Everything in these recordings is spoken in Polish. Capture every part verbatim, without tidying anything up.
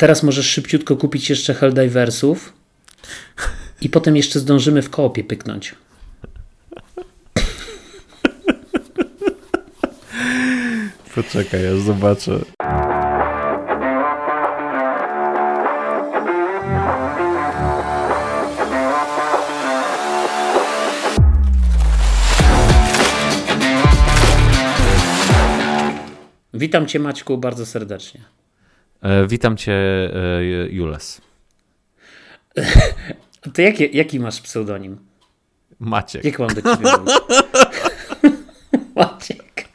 teraz możesz szybciutko kupić jeszcze Helldiversów i potem jeszcze zdążymy w koopie pyknąć. Poczekaj, ja zobaczę. Witam cię, Maćku, bardzo serdecznie. E, witam cię, e, Jules. To jaki, jaki masz pseudonim? Maciek. Jak mam do ciebie mówić? Maciek.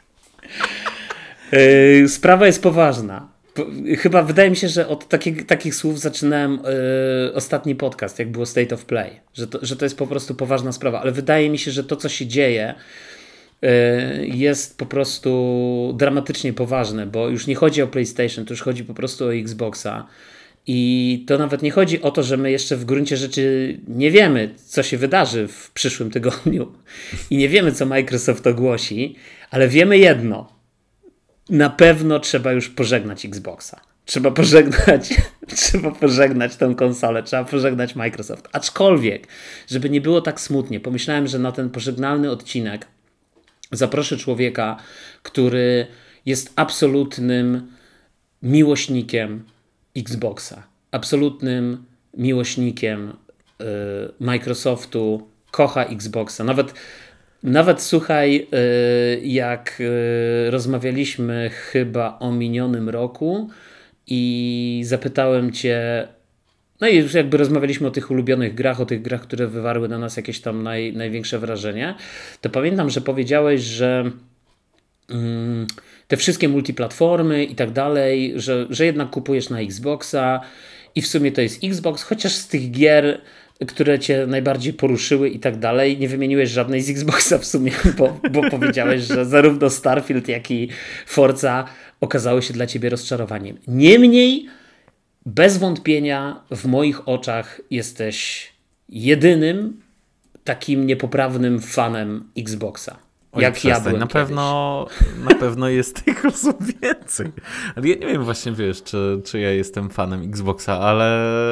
E, sprawa jest poważna. Chyba wydaje mi się, że od takich, takich słów zaczynałem e, ostatni podcast, jak było State of Play. Że to, że to jest po prostu poważna sprawa. Ale wydaje mi się, że to, co się dzieje, jest po prostu dramatycznie poważne, bo już nie chodzi o PlayStation, to już chodzi po prostu o Xboxa i to nawet nie chodzi o to, że my jeszcze w gruncie rzeczy nie wiemy, co się wydarzy w przyszłym tygodniu i nie wiemy, co Microsoft ogłosi, ale wiemy jedno, na pewno trzeba już pożegnać Xboxa. Trzeba pożegnać, trzeba pożegnać tę konsolę, trzeba pożegnać Microsoft. Aczkolwiek, żeby nie było tak smutnie, pomyślałem, że na ten pożegnalny odcinek zaproszę człowieka, który jest absolutnym miłośnikiem Xboxa, absolutnym miłośnikiem y, Microsoftu, kocha Xboxa. Nawet, nawet słuchaj, y, jak y, rozmawialiśmy chyba o minionym roku i zapytałem cię, no i już jakby rozmawialiśmy o tych ulubionych grach, o tych grach, które wywarły na nas jakieś tam naj, największe wrażenie, to pamiętam, że powiedziałeś, że mm, te wszystkie multiplatformy i tak dalej, że, że jednak kupujesz na Xboxa i w sumie to jest Xbox, chociaż z tych gier, które cię najbardziej poruszyły i tak dalej, nie wymieniłeś żadnej z Xboxa w sumie, bo, bo powiedziałeś, że zarówno Starfield, jak i Forza okazały się dla ciebie rozczarowaniem. Niemniej bez wątpienia w moich oczach jesteś jedynym takim niepoprawnym fanem Xboxa. Oj, jak przestań. ja byłem na kiedyś. pewno, na pewno jest tych osób więcej. Ale ja nie wiem właśnie, wiesz, czy, czy ja jestem fanem Xboxa, ale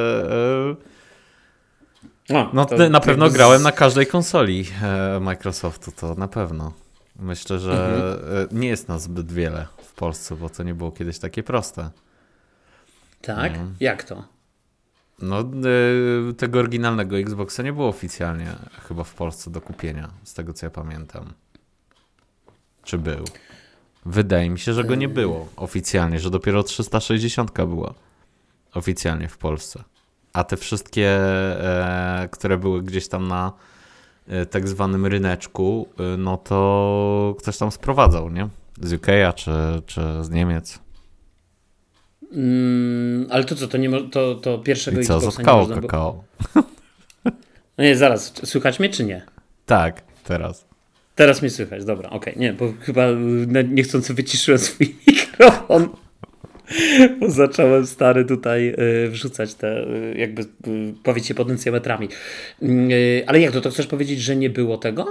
no, no to, na pewno z... grałem na każdej konsoli Microsoftu, to na pewno. Myślę, że mhm. nie jest nas zbyt wiele w Polsce, bo to nie było kiedyś takie proste. Tak? Mhm. Jak to? No, y, tego oryginalnego Xboxa nie było oficjalnie chyba w Polsce do kupienia, z tego co ja pamiętam. Czy był? Wydaje mi się, że go nie było oficjalnie, że dopiero trzysta sześćdziesiąt była oficjalnie w Polsce. A te wszystkie, e, które były gdzieś tam na e, tak zwanym ryneczku, e, no to ktoś tam sprowadzał, nie? Z U K a czy, czy z Niemiec. Mm, ale to co, to, nie mo- to, to pierwszego I co, Xboxa zatkało nie można kakao. No nie, zaraz, słychać mnie czy nie? Tak, teraz. Teraz mnie słychać, dobra, okej. Okay. Nie, bo chyba niechcący wyciszyłem swój mikrofon, bo zacząłem stary tutaj y, wrzucać te y, jakby y, powiecie potencjometrami. Y, ale jak to, to chcesz powiedzieć, że nie było tego?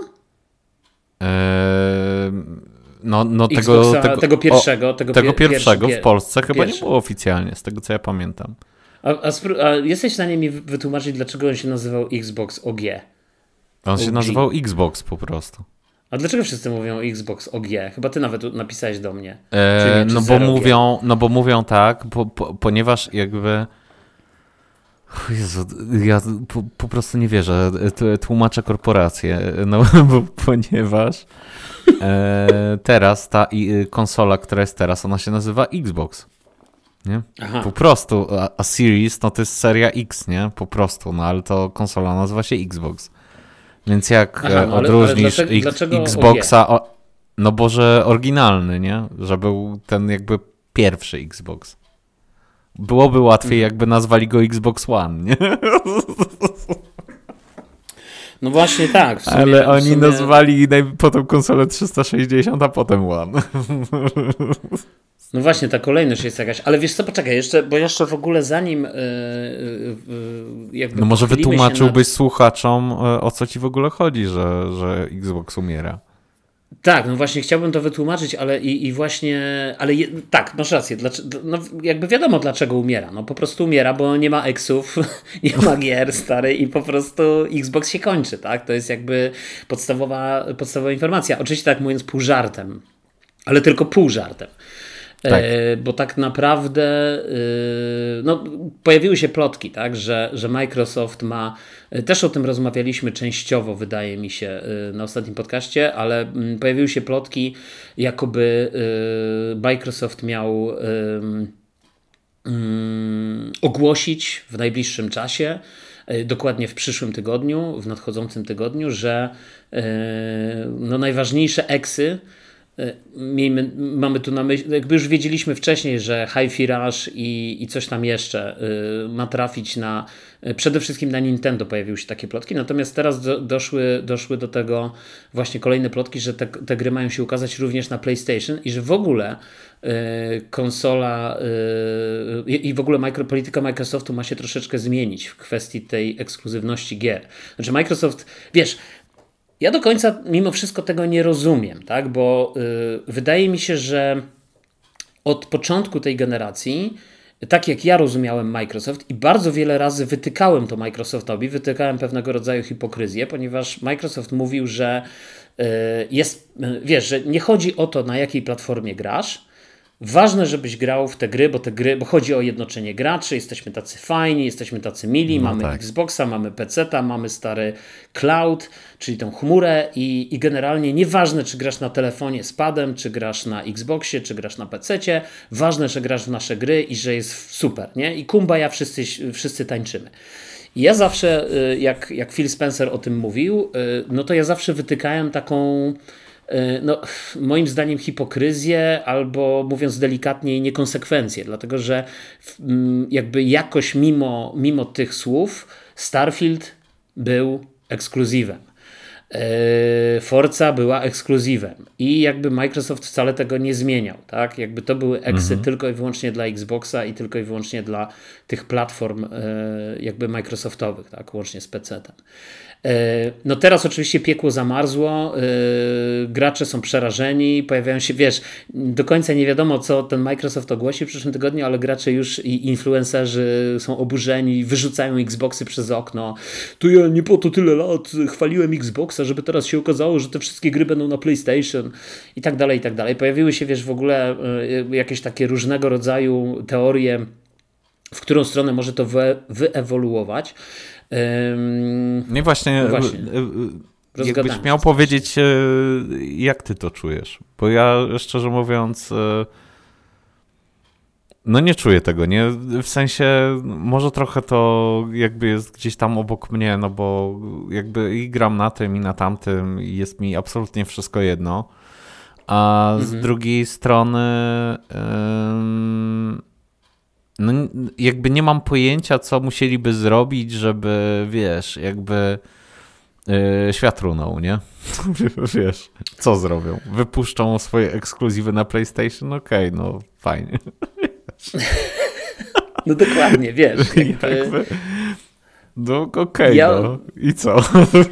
Eee... No, no tego, tego, tego pierwszego. O, tego, tego pier- pierwszego pierwszy, w Polsce chyba pierwszy. nie było oficjalnie, z tego co ja pamiętam. A, a, spró- a jesteś w stanie mi wytłumaczyć, dlaczego on się nazywał Xbox O G? On O G. się nazywał Xbox po prostu. A dlaczego wszyscy mówią Xbox O G? Chyba ty nawet napisałeś do mnie. Eee, czy, czy no, bo mówią, no bo mówią tak, po, po, ponieważ jakby... Jezu, ja po, po prostu nie wierzę. Tłumaczę korporację, no bo ponieważ e, teraz ta i, konsola, która jest teraz, ona się nazywa Xbox. Nie? Aha. Po prostu, a, a Series no to jest seria X, nie? Po prostu, no ale to konsola nazywa się Xbox. Więc jak Aha, no, odróżnisz ale, ale dlaczego, X, dlaczego Xboxa, o, no bo że oryginalny, nie? Że był ten jakby pierwszy Xbox. Byłoby łatwiej, jakby nazwali go Xbox One, nie? No właśnie tak. W sumie, ale oni w sumie... nazwali potem konsolę trzysta sześćdziesiąt, a potem One. No właśnie, ta kolejność jest jakaś. Ale wiesz co, poczekaj, jeszcze, bo jeszcze w ogóle zanim yy, yy, jakby no może wytłumaczyłbyś nad... słuchaczom, o co ci w ogóle chodzi, że, że Xbox umiera. Tak, no właśnie chciałbym to wytłumaczyć, ale i, i właśnie, ale je, tak, masz rację, dlaczego, no jakby wiadomo dlaczego umiera, no po prostu umiera, bo nie ma eksów, nie ma gier stary i po prostu Xbox się kończy, tak, to jest jakby podstawowa, podstawowa informacja, oczywiście tak mówiąc pół żartem, ale tylko pół żartem. Tak. E, bo tak naprawdę e, no, pojawiły się plotki, tak, że, że Microsoft ma, też o tym rozmawialiśmy częściowo, wydaje mi się, e, na ostatnim podcaście, ale m, pojawiły się plotki, jakoby e, Microsoft miał e, m, ogłosić w najbliższym czasie, e, dokładnie w przyszłym tygodniu, w nadchodzącym tygodniu, że e, no, najważniejsze eksy Miejmy, mamy tu na myśli, jakby już wiedzieliśmy wcześniej, że Hi-Fi Rush i, i coś tam jeszcze y, ma trafić na, przede wszystkim na Nintendo pojawiły się takie plotki, natomiast teraz do, doszły, doszły do tego właśnie kolejne plotki, że te, te gry mają się ukazać również na PlayStation i że w ogóle y, konsola y, i w ogóle micro, polityka Microsoftu ma się troszeczkę zmienić w kwestii tej ekskluzywności gier. Znaczy Microsoft, wiesz, ja do końca mimo wszystko tego nie rozumiem, tak? Bo yy, wydaje mi się, że od początku tej generacji, tak jak ja rozumiałem Microsoft i bardzo wiele razy wytykałem to Microsoftowi, wytykałem pewnego rodzaju hipokryzję, ponieważ Microsoft mówił, że yy, jest, yy, wiesz, że nie chodzi o to, na jakiej platformie grasz. Ważne, żebyś grał w te gry, bo te gry, bo chodzi o jednoczenie graczy, jesteśmy tacy fajni, jesteśmy tacy mili, no mamy tak. Xboxa, mamy peceta, mamy stary cloud, czyli tą chmurę i, i generalnie nieważne, czy grasz na telefonie z padem, czy grasz na Xboxie, czy grasz na pececie, ważne, że grasz w nasze gry i że jest super, nie? I kumbaya, wszyscy, wszyscy tańczymy. I ja zawsze, jak, jak Phil Spencer o tym mówił, no to ja zawsze wytykałem taką... no, moim zdaniem hipokryzję albo mówiąc delikatniej niekonsekwencję, dlatego że jakby jakoś mimo, mimo tych słów Starfield był ekskluzywem. Forza była ekskluzywem i jakby Microsoft wcale tego nie zmieniał, tak? Jakby to były eksy mhm. tylko i wyłącznie dla Xboxa i tylko i wyłącznie dla tych platform jakby Microsoftowych, tak? Łącznie z pecetem. No teraz oczywiście piekło zamarzło, yy, gracze są przerażeni, pojawiają się, wiesz, do końca nie wiadomo co ten Microsoft ogłosi w przyszłym tygodniu, ale gracze już i influencerzy są oburzeni, wyrzucają Xboxy przez okno. Tu ja nie po to tyle lat chwaliłem Xboxa, żeby teraz się okazało, że te wszystkie gry będą na PlayStation i tak dalej, i tak dalej. Pojawiły się, wiesz, w ogóle yy, jakieś takie różnego rodzaju teorie, w którą stronę może to wy, wyewoluować. Um, nie właśnie, no właśnie. Jakbyś miał powiedzieć, jak ty to czujesz, bo ja szczerze mówiąc no nie czuję tego, nie, w sensie może trochę to jakby jest gdzieś tam obok mnie, no bo jakby i gram na tym i na tamtym i jest mi absolutnie wszystko jedno, a mhm. z drugiej strony um, no jakby nie mam pojęcia, co musieliby zrobić, żeby, wiesz, jakby yy, świat runął, nie? Wiesz, co zrobią? Wypuszczą swoje ekskluzywy na PlayStation? Okej, okay, no fajnie. No dokładnie, wiesz. Jakby... jakby... No okej, okay, ja... no. I co?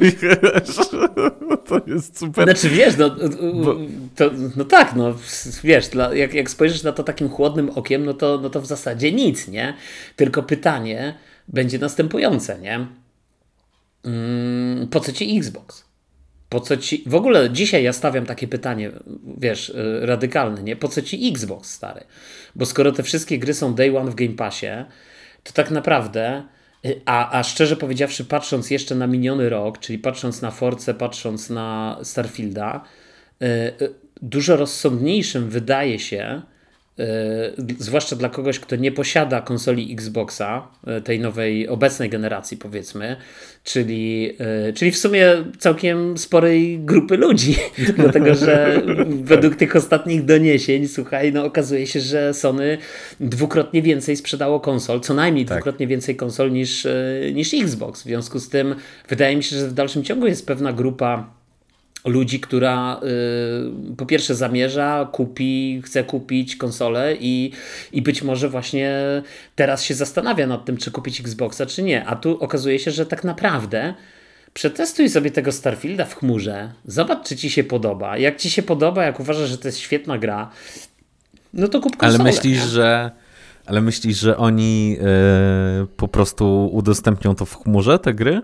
To jest super. Znaczy wiesz, no, Bo... to, no tak, no wiesz, dla, jak, jak spojrzysz na to takim chłodnym okiem, no to, no to w zasadzie nic, nie? Tylko pytanie będzie następujące, nie? Hmm, po co ci Xbox? Po co ci... W ogóle dzisiaj ja stawiam takie pytanie, wiesz, radykalne, nie? Po co ci Xbox, stary? Bo skoro te wszystkie gry są day one w Game Passie, to tak naprawdę... A, a szczerze powiedziawszy, patrząc jeszcze na miniony rok, czyli patrząc na Forcę, patrząc na Starfielda, yy, dużo rozsądniejszym wydaje się, yy, zwłaszcza dla kogoś, kto nie posiada konsoli Xboxa, yy, tej nowej, obecnej generacji powiedzmy, czyli, yy, czyli w sumie całkiem sporej grupy ludzi, dlatego że według tych ostatnich doniesień, słuchaj, no okazuje się, że Sony dwukrotnie więcej sprzedało konsol, co najmniej tak. dwukrotnie więcej konsol niż, yy, niż Xbox. W związku z tym wydaje mi się, że w dalszym ciągu jest pewna grupa ludzi, która y, po pierwsze zamierza, kupi, chce kupić konsolę i, i być może właśnie teraz się zastanawia nad tym, czy kupić Xboxa, czy nie. A tu okazuje się, że tak naprawdę przetestuj sobie tego Starfielda w chmurze, zobacz, czy ci się podoba. Jak ci się podoba, jak uważasz, że to jest świetna gra, no to kup konsolę. Ale myślisz, że, ale myślisz, że oni yy, po prostu udostępnią to w chmurze, te gry?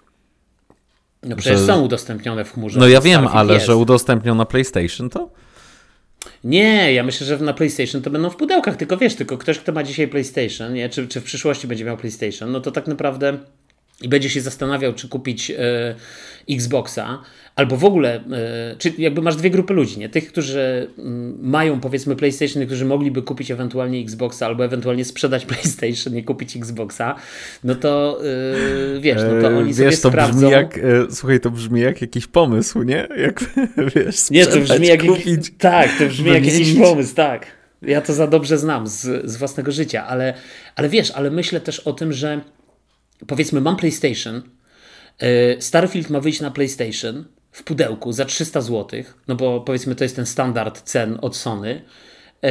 No przecież że... są udostępnione w chmurze. No ja wiem, Starfield ale jest. że udostępnią na PlayStation to? Nie, ja myślę, że na PlayStation to będą w pudełkach, tylko wiesz, tylko ktoś, kto ma dzisiaj PlayStation, nie? Czy, czy w przyszłości będzie miał PlayStation, no to tak naprawdę i będzie się zastanawiał, czy kupić e, Xboxa, albo w ogóle, e, czy jakby masz dwie grupy ludzi, nie? Tych, którzy m, mają powiedzmy PlayStation i którzy mogliby kupić ewentualnie Xboxa, albo ewentualnie sprzedać PlayStation i kupić Xboxa, no to e, wiesz, no to oni wiesz, sobie to sprawdzą. Brzmi jak, e, słuchaj, to brzmi jak jakiś pomysł, nie? Jak, wiesz, Nie, to brzmi jak kupić, jakiś, tak, to brzmi jak jakiś wymienić. pomysł, tak. Ja to za dobrze znam z, z własnego życia, ale, ale wiesz, ale myślę też o tym, że powiedzmy mam PlayStation, yy, Starfield ma wyjść na PlayStation w pudełku za trzysta złotych, no bo powiedzmy to jest ten standard cen od Sony yy,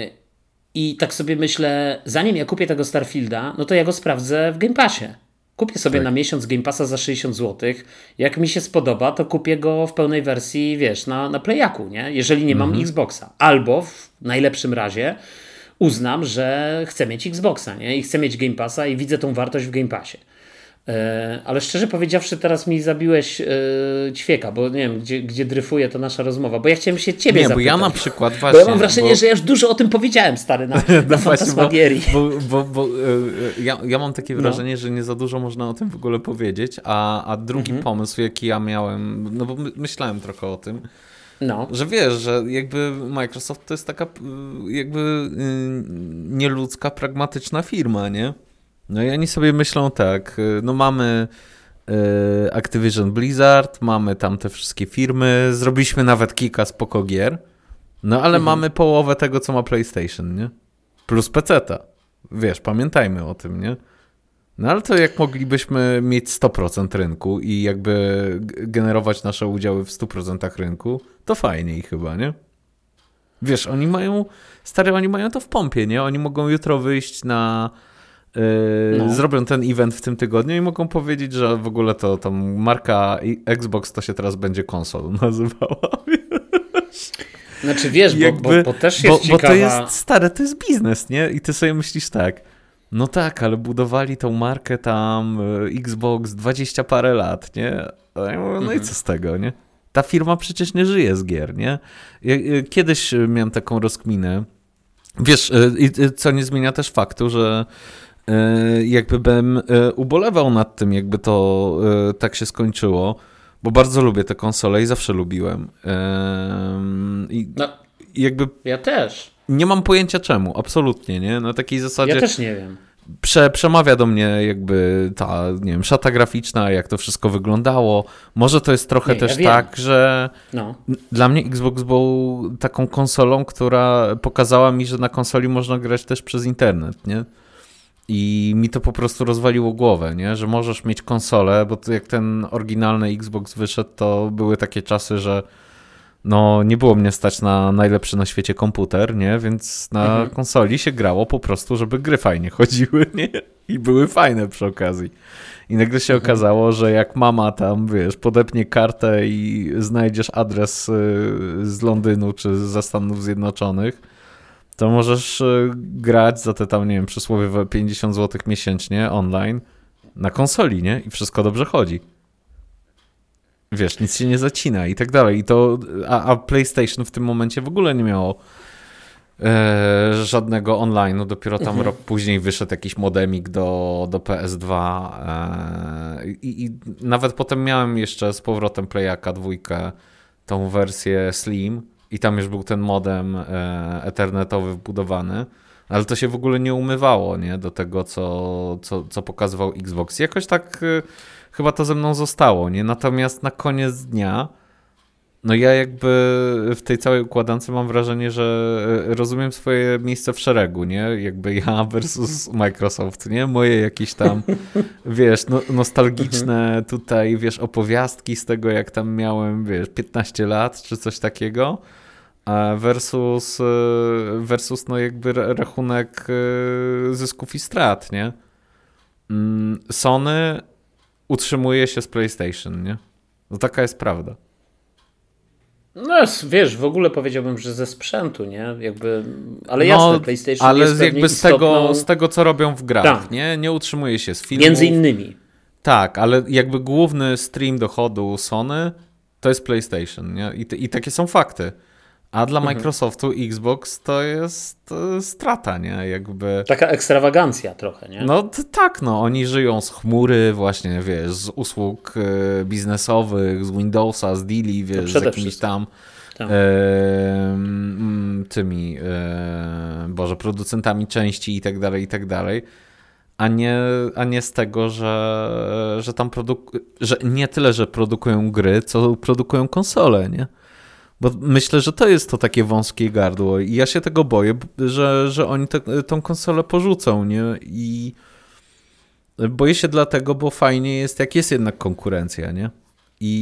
i tak sobie myślę, zanim ja kupię tego Starfielda, no to ja go sprawdzę w Game Passie. Kupię sobie Tak. na miesiąc Game Passa za sześćdziesiąt złotych. Jak mi się spodoba, to kupię go w pełnej wersji, wiesz, na, na Playaku, nie? Jeżeli nie mam Mhm. Xboxa. Albo w najlepszym razie uznam, że chcę mieć Xboxa, nie? I chcę mieć Game Passa i widzę tą wartość w Game Passie. E, ale szczerze powiedziawszy, teraz mi zabiłeś e, ćwieka, bo nie wiem, gdzie, gdzie dryfuje to nasza rozmowa, bo ja chciałem się ciebie Nie, zapytać. bo ja na przykład Bo właśnie... ja mam wrażenie, bo... że ja już dużo o tym powiedziałem, stary, na, na No właśnie, Fantasmagierii. Bo, bo, bo, bo y, ja, ja mam takie No. wrażenie, że nie za dużo można o tym w ogóle powiedzieć, a, a drugi Mhm. pomysł, jaki ja miałem, no bo my, myślałem trochę o tym, No. że wiesz, że jakby Microsoft to jest taka y, jakby y, nieludzka, pragmatyczna firma, nie? No i oni sobie myślą tak, y, no mamy y, Activision Blizzard, mamy tam te wszystkie firmy, zrobiliśmy nawet kilka spoko gier, no ale Mhm. mamy połowę tego, co ma PlayStation, nie? Plus peceta. Wiesz, pamiętajmy o tym, nie? No ale to jak moglibyśmy mieć sto procent rynku i jakby g- generować nasze udziały w stu procentach rynku, to fajniej chyba, nie? Wiesz, oni mają, stary, oni mają to w pompie, nie? Oni mogą jutro wyjść na... Yy, No. Zrobią ten event w tym tygodniu i mogą powiedzieć, że w ogóle to tam marka Xbox to się teraz będzie konsolą nazywała. Znaczy wiesz, bo, Jakby, bo, bo też bo, jest bo ciekawa... to jest stare, to jest biznes, nie? I ty sobie myślisz tak, no tak, ale budowali tą markę tam y, Xbox dwadzieścia parę lat, nie? A ja mówię, no Mhm. i co z tego, nie? Ta firma przecież nie żyje z gier, nie? Ja, y, Kiedyś y, miałem taką rozkminę, wiesz, y, y, co nie zmienia też faktu, że y, jakby bym y, ubolewał nad tym, jakby to y, tak się skończyło, bo bardzo lubię te konsole i zawsze lubiłem. Ym, I No, i jakby ja też. nie mam pojęcia czemu, absolutnie, nie? Na takiej zasadzie Ja też nie wiem. prze, przemawia do mnie jakby ta, nie wiem, szata graficzna, jak to wszystko wyglądało. Może to jest trochę Nie, ja też wiem. tak, że No. dla mnie Xbox był taką konsolą, która pokazała mi, że na konsoli można grać też przez internet, nie? I mi to po prostu rozwaliło głowę, nie? Że możesz mieć konsolę, bo to jak ten oryginalny Xbox wyszedł, to były takie czasy, że no nie było mnie stać na najlepszy na świecie komputer, nie? Więc na Mhm. konsoli się grało po prostu, żeby gry fajnie chodziły, nie? I były fajne przy okazji. I nagle się Mhm. okazało, że jak mama tam, wiesz, podepnie kartę i znajdziesz adres y, z Londynu czy ze Stanów Zjednoczonych, to możesz y, grać za te tam, nie wiem, przysłowiowe pięćdziesiąt złotych miesięcznie online na konsoli, nie? I wszystko dobrze chodzi. Wiesz, nic się nie zacina i tak dalej. I to, a, a PlayStation w tym momencie w ogóle nie miało e, żadnego online'u. Dopiero tam Mhm. rok później wyszedł jakiś modemik do, do P S dwa e, i, i nawet potem miałem jeszcze z powrotem Playaka dwójkę, tą wersję Slim i tam już był ten modem e, ethernetowy wbudowany. Ale to się w ogóle nie umywało, nie? Do tego, co, co, co pokazywał Xbox. Jakoś tak y, chyba to ze mną zostało, nie? Natomiast na koniec dnia, no ja jakby w tej całej układance mam wrażenie, że y, rozumiem swoje miejsce w szeregu, nie? Jakby ja versus Microsoft, nie? Moje jakieś tam, wiesz, no, nostalgiczne tutaj, wiesz, opowiastki z tego, jak tam miałem, wiesz, piętnaście lat, czy coś takiego. Versus, versus no jakby rachunek zysków i strat, nie? Sony utrzymuje się z PlayStation, nie? No taka jest prawda. No wiesz, w ogóle powiedziałbym, że ze sprzętu, nie? Jakby, ale no, jasne, PlayStation ale jest jakby z istotną... tego, z tego, co robią w grach, tak. nie? Nie utrzymuje się z filmów. Między innymi. Tak, ale jakby główny stream dochodu Sony to jest PlayStation, nie? I, t- i takie są fakty. A dla mhm. Microsoftu Xbox to jest, to jest strata, nie? Jakby... Taka ekstrawagancja trochę, nie? No t- tak, no. Oni żyją z chmury właśnie, wiesz, z usług y, biznesowych, z Windowsa, z deali, wiesz, z jakimiś wszystko. tam tak. y, y, tymi, y, Boże, producentami części i tak dalej, i tak dalej. A nie, a nie z tego, że, że tam produk- że nie tyle, że produkują gry, co produkują konsole, nie? Bo myślę, że to jest to takie wąskie gardło i ja się tego boję, że, że oni te, tą konsolę porzucą, nie? I boję się dlatego, bo fajnie jest, jak jest jednak konkurencja, nie? I,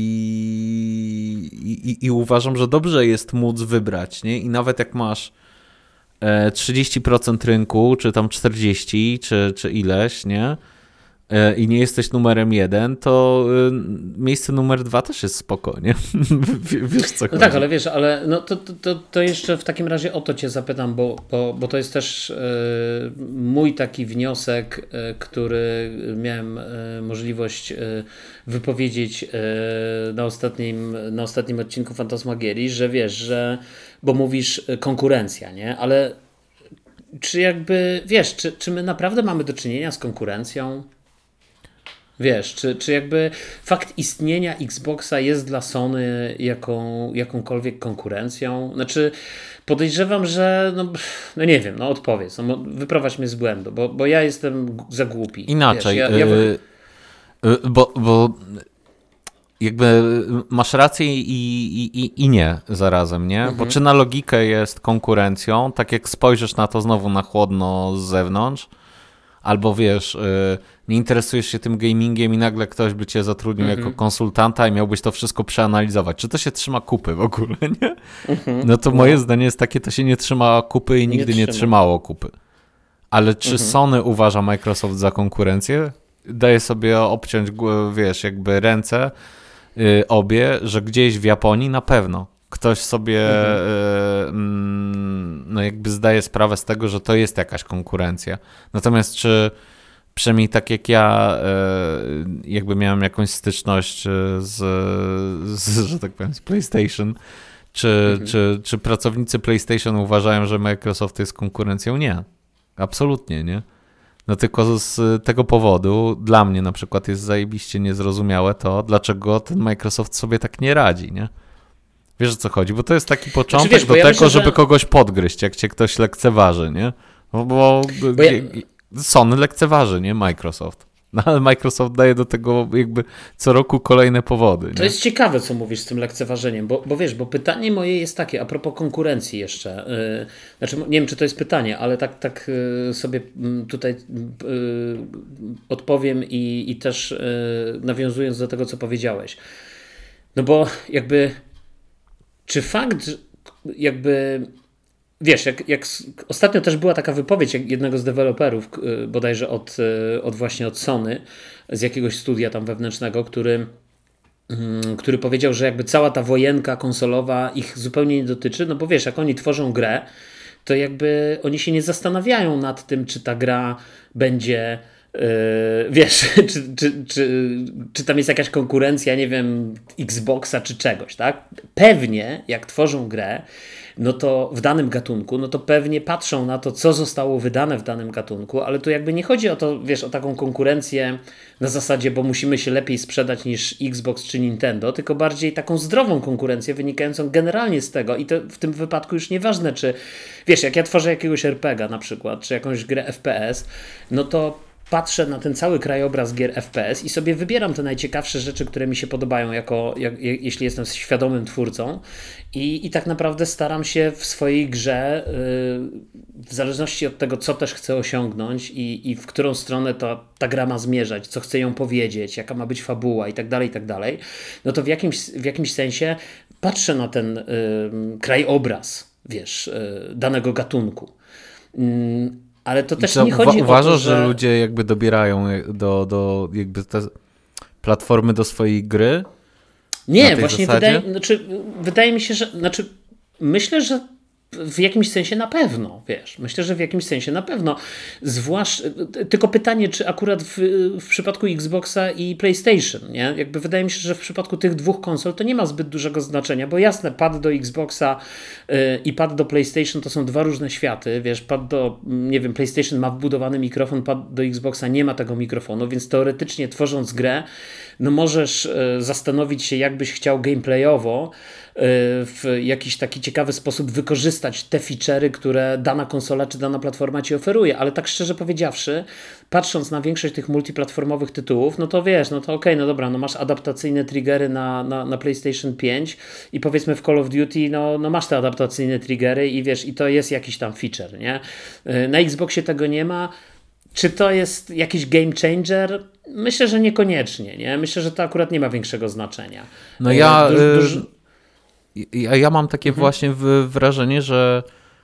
i, i uważam, że dobrze jest móc wybrać, nie? I nawet jak masz trzydzieści procent rynku, czy tam czterdzieści procent, czy, czy ileś, nie? I nie jesteś numerem jeden, to miejsce numer dwa też jest spoko, nie? Wiesz co no chodzi. tak, ale wiesz, ale no to, to, to jeszcze w takim razie o to cię zapytam, bo, bo, bo to jest też yy, mój taki wniosek, yy, który miałem yy, możliwość yy, wypowiedzieć yy, na ostatnim, na ostatnim odcinku Fantasmagierii, że wiesz, że bo mówisz konkurencja, nie? Ale czy jakby, wiesz, czy, czy my naprawdę mamy do czynienia z konkurencją? Wiesz, czy, czy jakby fakt istnienia Xboxa jest dla Sony jaką, jakąkolwiek konkurencją? Znaczy podejrzewam, że no, no nie wiem, no odpowiedz, no, wyprowadź mnie z błędu, bo, bo ja jestem za głupi. Inaczej, wiesz, ja, ja... Yy, yy, bo, bo jakby masz rację i, i, i, i nie zarazem, nie? Mhm. Bo czy na logikę jest konkurencją, tak jak spojrzysz na to znowu na chłodno z zewnątrz, albo wiesz, nie interesujesz się tym gamingiem i nagle ktoś by cię zatrudnił mm-hmm. jako konsultanta i miałbyś to wszystko przeanalizować. Czy to się trzyma kupy w ogóle, nie? Mm-hmm. No to moje no. zdanie jest takie, to się nie trzyma kupy i nigdy nie, nie trzymało kupy. Ale czy mm-hmm. Sony uważa Microsoft za konkurencję? Daje sobie obciąć, wiesz, jakby ręce yy, obie, że gdzieś w Japonii na pewno ktoś sobie mm-hmm. yy, no jakby zdaje sprawę z tego, że to jest jakaś konkurencja. Natomiast czy przynajmniej tak jak ja yy, jakby miałem jakąś styczność z, z że tak powiem, z PlayStation, czy, mm-hmm. czy, czy pracownicy PlayStation uważają, że Microsoft jest konkurencją? Nie. Absolutnie nie. No tylko z tego powodu dla mnie na przykład jest zajebiście niezrozumiałe to, dlaczego ten Microsoft sobie tak nie radzi, nie? Wiesz, o co chodzi? Bo to jest taki początek znaczy, wiesz, do ja tego, myślę, żeby że... kogoś podgryźć, jak cię ktoś lekceważy, nie? Bo, bo, bo ja... Sony lekceważy, nie? Microsoft. No ale Microsoft daje do tego jakby co roku kolejne powody. Nie? To jest ciekawe, co mówisz z tym lekceważeniem, bo, bo wiesz, bo pytanie moje jest takie, a propos konkurencji jeszcze, yy, znaczy nie wiem, czy to jest pytanie, ale tak, tak yy, sobie tutaj yy, odpowiem i, i też yy, nawiązując do tego, co powiedziałeś. No bo jakby czy fakt, jakby wiesz, jak, jak ostatnio też była taka wypowiedź jednego z deweloperów, bodajże od, od właśnie od Sony, z jakiegoś studia tam wewnętrznego, który, który powiedział, że jakby cała ta wojenka konsolowa ich zupełnie nie dotyczy, no bo wiesz, jak oni tworzą grę, to jakby oni się nie zastanawiają nad tym, czy ta gra będzie... Yy, wiesz, czy, czy, czy, czy tam jest jakaś konkurencja, nie wiem, Xboxa czy czegoś, tak? Pewnie jak tworzą grę, no to w danym gatunku, no to pewnie patrzą na to, co zostało wydane w danym gatunku, ale tu jakby nie chodzi o to, wiesz, o taką konkurencję na zasadzie, bo musimy się lepiej sprzedać niż Xbox czy Nintendo, tylko bardziej taką zdrową konkurencję wynikającą generalnie z tego i to w tym wypadku już nieważne, czy, wiesz, jak ja tworzę jakiegoś er pe ga na przykład, czy jakąś grę ef pe es, no to patrzę na ten cały krajobraz gier ef pe es i sobie wybieram te najciekawsze rzeczy, które mi się podobają, jako, jak, jeśli jestem świadomym twórcą i, i tak naprawdę staram się w swojej grze, yy, w zależności od tego, co też chcę osiągnąć i, i w którą stronę to, ta gra ma zmierzać, co chcę ją powiedzieć, jaka ma być fabuła i tak dalej, i tak dalej, no to w jakimś, w jakimś sensie patrzę na ten yy, krajobraz, wiesz, yy, danego gatunku. Yy, Ale to też co, nie chodzi uważasz, o to, że... że ludzie jakby dobierają do, do jakby te... platformy do swojej gry? Nie, właśnie wydaje, znaczy, wydaje mi się, że znaczy, myślę, że w jakimś sensie na pewno, wiesz, myślę, że w jakimś sensie na pewno, zwłaszcza, tylko pytanie, czy akurat w, w przypadku Xboxa i PlayStation, nie? Jakby wydaje mi się, że w przypadku tych dwóch konsol to nie ma zbyt dużego znaczenia, bo jasne, pad do Xboxa yy, i pad do PlayStation to są dwa różne światy, wiesz, pad do, nie wiem, PlayStation ma wbudowany mikrofon, pad do Xboxa nie ma tego mikrofonu, więc teoretycznie tworząc grę, no możesz yy, zastanowić się, jakbyś chciał gameplayowo w jakiś taki ciekawy sposób wykorzystać te feature'y, które dana konsola czy dana platforma ci oferuje, ale tak szczerze powiedziawszy, patrząc na większość tych multiplatformowych tytułów, no to wiesz, no to okej, okay, no dobra, no masz adaptacyjne triggery na, na, na PlayStation pięć i powiedzmy w Call of Duty, no, no masz te adaptacyjne triggery i wiesz, i to jest jakiś tam feature, nie? Na Xboxie tego nie ma. Czy to jest jakiś game changer? Myślę, że niekoniecznie, nie? Myślę, że to akurat nie ma większego znaczenia. No ja... Duż, duż... Ja, ja mam takie mhm. właśnie wrażenie, że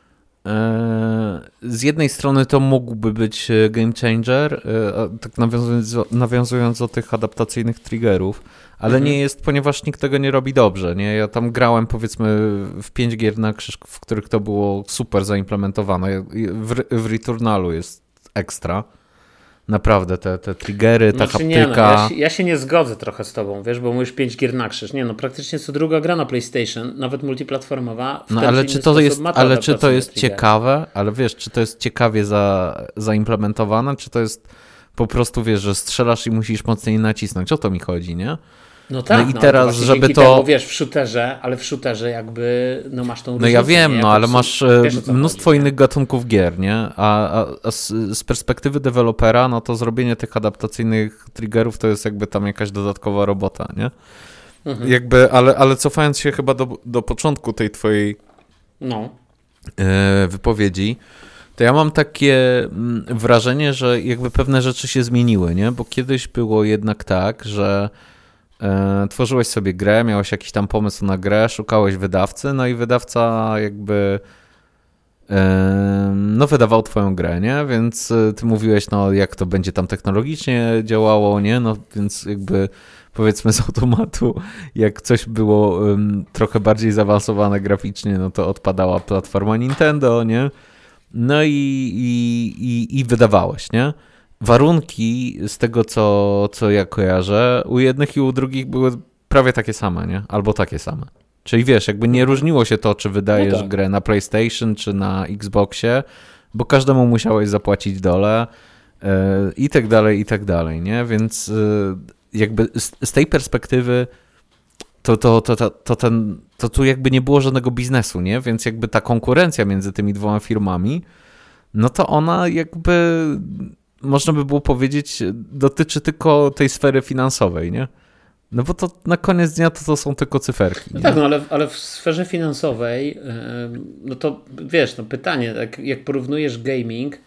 e, z jednej strony to mógłby być game changer, e, tak nawiązując, nawiązując do tych adaptacyjnych triggerów, ale mhm. nie jest, ponieważ nikt tego nie robi dobrze. Nie? Ja tam grałem powiedzmy w pięć gier na krzyż, w których to było super zaimplementowane. W, w Returnalu jest ekstra. Naprawdę, te, te triggery, ta znaczy, haptyka. Nie, no, ja, się, ja się nie zgodzę trochę z tobą, wiesz, bo mówisz pięć gier na krzyż. Nie no, praktycznie co druga gra na PlayStation, nawet multiplatformowa. W no ale czy to jest, ale czy to jest ciekawe, ale wiesz, czy to jest ciekawie za, zaimplementowane, czy to jest po prostu, wiesz, że strzelasz i musisz mocniej nacisnąć. O to mi chodzi, nie? No tak, no i no, teraz, to żeby to... Temu, wiesz, w shooterze, ale w shooterze jakby, no masz tą różnicę. No ja wiem, nie? no ale masz wiesz, mnóstwo chodzi, innych nie? gatunków gier, nie? A, a, a z, z perspektywy dewelopera, no to zrobienie tych adaptacyjnych triggerów to jest jakby tam jakaś dodatkowa robota, nie? Mhm. Jakby, ale, ale cofając się chyba do, do początku tej twojej no. e, wypowiedzi, to ja mam takie wrażenie, że jakby pewne rzeczy się zmieniły, nie? Bo kiedyś było jednak tak, że e, tworzyłeś sobie grę, miałeś jakiś tam pomysł na grę, szukałeś wydawcy, no i wydawca jakby e, no wydawał twoją grę, nie? Więc ty mówiłeś, no jak to będzie tam technologicznie działało, nie? No więc jakby powiedzmy z automatu, jak coś było um, trochę bardziej zaawansowane graficznie, no to odpadała platforma Nintendo, nie? No i, i, i, i wydawałeś, nie? Warunki z tego, co, co ja kojarzę, u jednych i u drugich były prawie takie same, nie? Albo takie same. Czyli wiesz, jakby nie różniło się to, czy wydajesz no tak. grę na PlayStation, czy na Xboxie, bo każdemu musiałeś zapłacić dole yy, i tak dalej, i tak dalej, nie? Więc yy, jakby z, z tej perspektywy to, to, to, to, to, ten, to tu jakby nie było żadnego biznesu, nie? Więc jakby ta konkurencja między tymi dwoma firmami, no to ona jakby, można by było powiedzieć, dotyczy tylko tej sfery finansowej, nie? No bo to na koniec dnia to, to są tylko cyferki. No tak, no ale, ale w sferze finansowej, no to wiesz, no pytanie, jak, jak porównujesz gaming,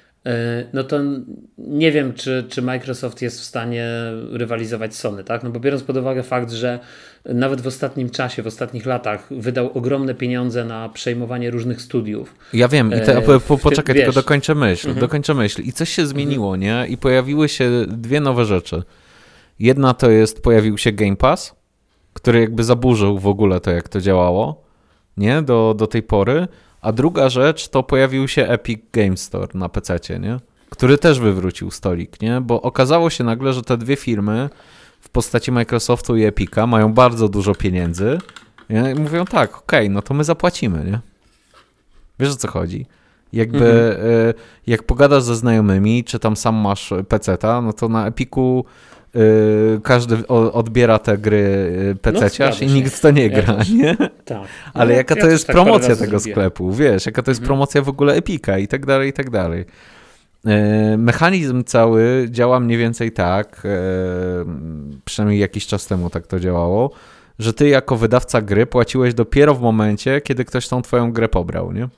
no to nie wiem, czy, czy Microsoft jest w stanie rywalizować z Sony, tak? No bo biorąc pod uwagę fakt, że nawet w ostatnim czasie, w ostatnich latach wydał ogromne pieniądze na przejmowanie różnych studiów. Ja wiem, i te, po, po, poczekaj, wiesz. tylko dokończę myśl, Mhm. dokończę myśl. I coś się zmieniło, mhm. nie? I pojawiły się dwie nowe rzeczy. Jedna to jest, pojawił się Game Pass, który jakby zaburzył w ogóle to, jak to działało, nie? Do, do tej pory. A druga rzecz to pojawił się Epic Game Store na pececie, nie? Który też wywrócił stolik, nie? Bo okazało się nagle, że te dwie firmy w postaci Microsoftu i Epica mają bardzo dużo pieniędzy, nie? I mówią tak, okej, okay, no to my zapłacimy, nie? Wiesz, o co chodzi? Jakby mhm. y, jak pogadasz ze znajomymi, czy tam sam masz peceta, no to na Epiku y, każdy o, odbiera te gry pececiarz no, i nikt w to nie gra, ja nie? Tak. Ale no, jaka to ja jest tak promocja tego zrobię. sklepu, wiesz, jaka to jest mhm. promocja w ogóle Epica i tak dalej, i tak dalej. Y, mechanizm cały działa mniej więcej tak, y, przynajmniej jakiś czas temu tak to działało, że ty jako wydawca gry płaciłeś dopiero w momencie, kiedy ktoś tą twoją grę pobrał, nie?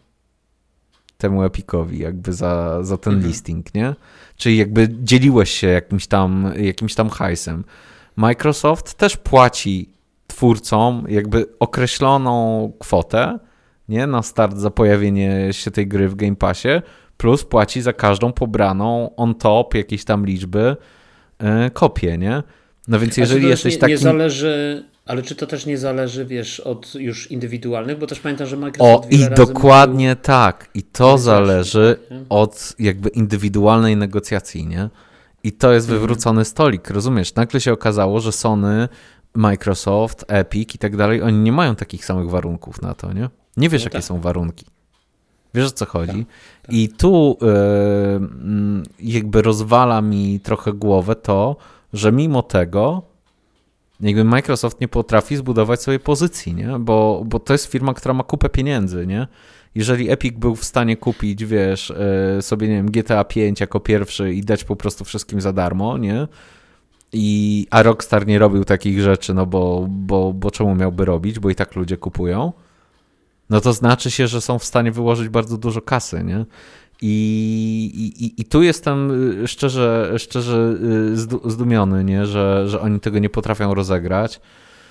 Temu Epicowi jakby za, za ten mhm. listing, nie? Czyli jakby dzieliłeś się jakimś tam, jakimś tam hajsem. Microsoft też płaci twórcom jakby określoną kwotę, nie? Na start za pojawienie się tej gry w Game Passie, plus płaci za każdą pobraną on top jakiejś tam liczby yy, kopię, nie? No więc jeżeli to jesteś nie, takim... nie zależy, ale czy to też nie zależy, wiesz, od już indywidualnych, bo też pamiętam, że Microsoft O, wiele i razy dokładnie mówił... tak. I to no zależy właśnie, od jakby indywidualnej negocjacji, nie? I to jest wywrócony stolik, rozumiesz? Nagle się okazało, że Sony, Microsoft, Epic i tak dalej, oni nie mają takich samych warunków na to, nie? Nie wiesz, no jakie tak. są warunki. Wiesz, o co chodzi? Tak, tak. I tu yy, jakby rozwala mi trochę głowę to, że mimo tego jakby Microsoft nie potrafi zbudować swojej pozycji, nie? Bo, bo to jest firma, która ma kupę pieniędzy, nie? Jeżeli Epic był w stanie kupić, wiesz, yy, sobie, nie wiem, G T A pięć jako pierwszy i dać po prostu wszystkim za darmo, nie? I, a Rockstar nie robił takich rzeczy, no bo, bo, bo czemu miałby robić, bo i tak ludzie kupują, no to znaczy się, że są w stanie wyłożyć bardzo dużo kasy, nie? I, i, i tu jestem szczerze, szczerze zdumiony, nie? Że, że oni tego nie potrafią rozegrać.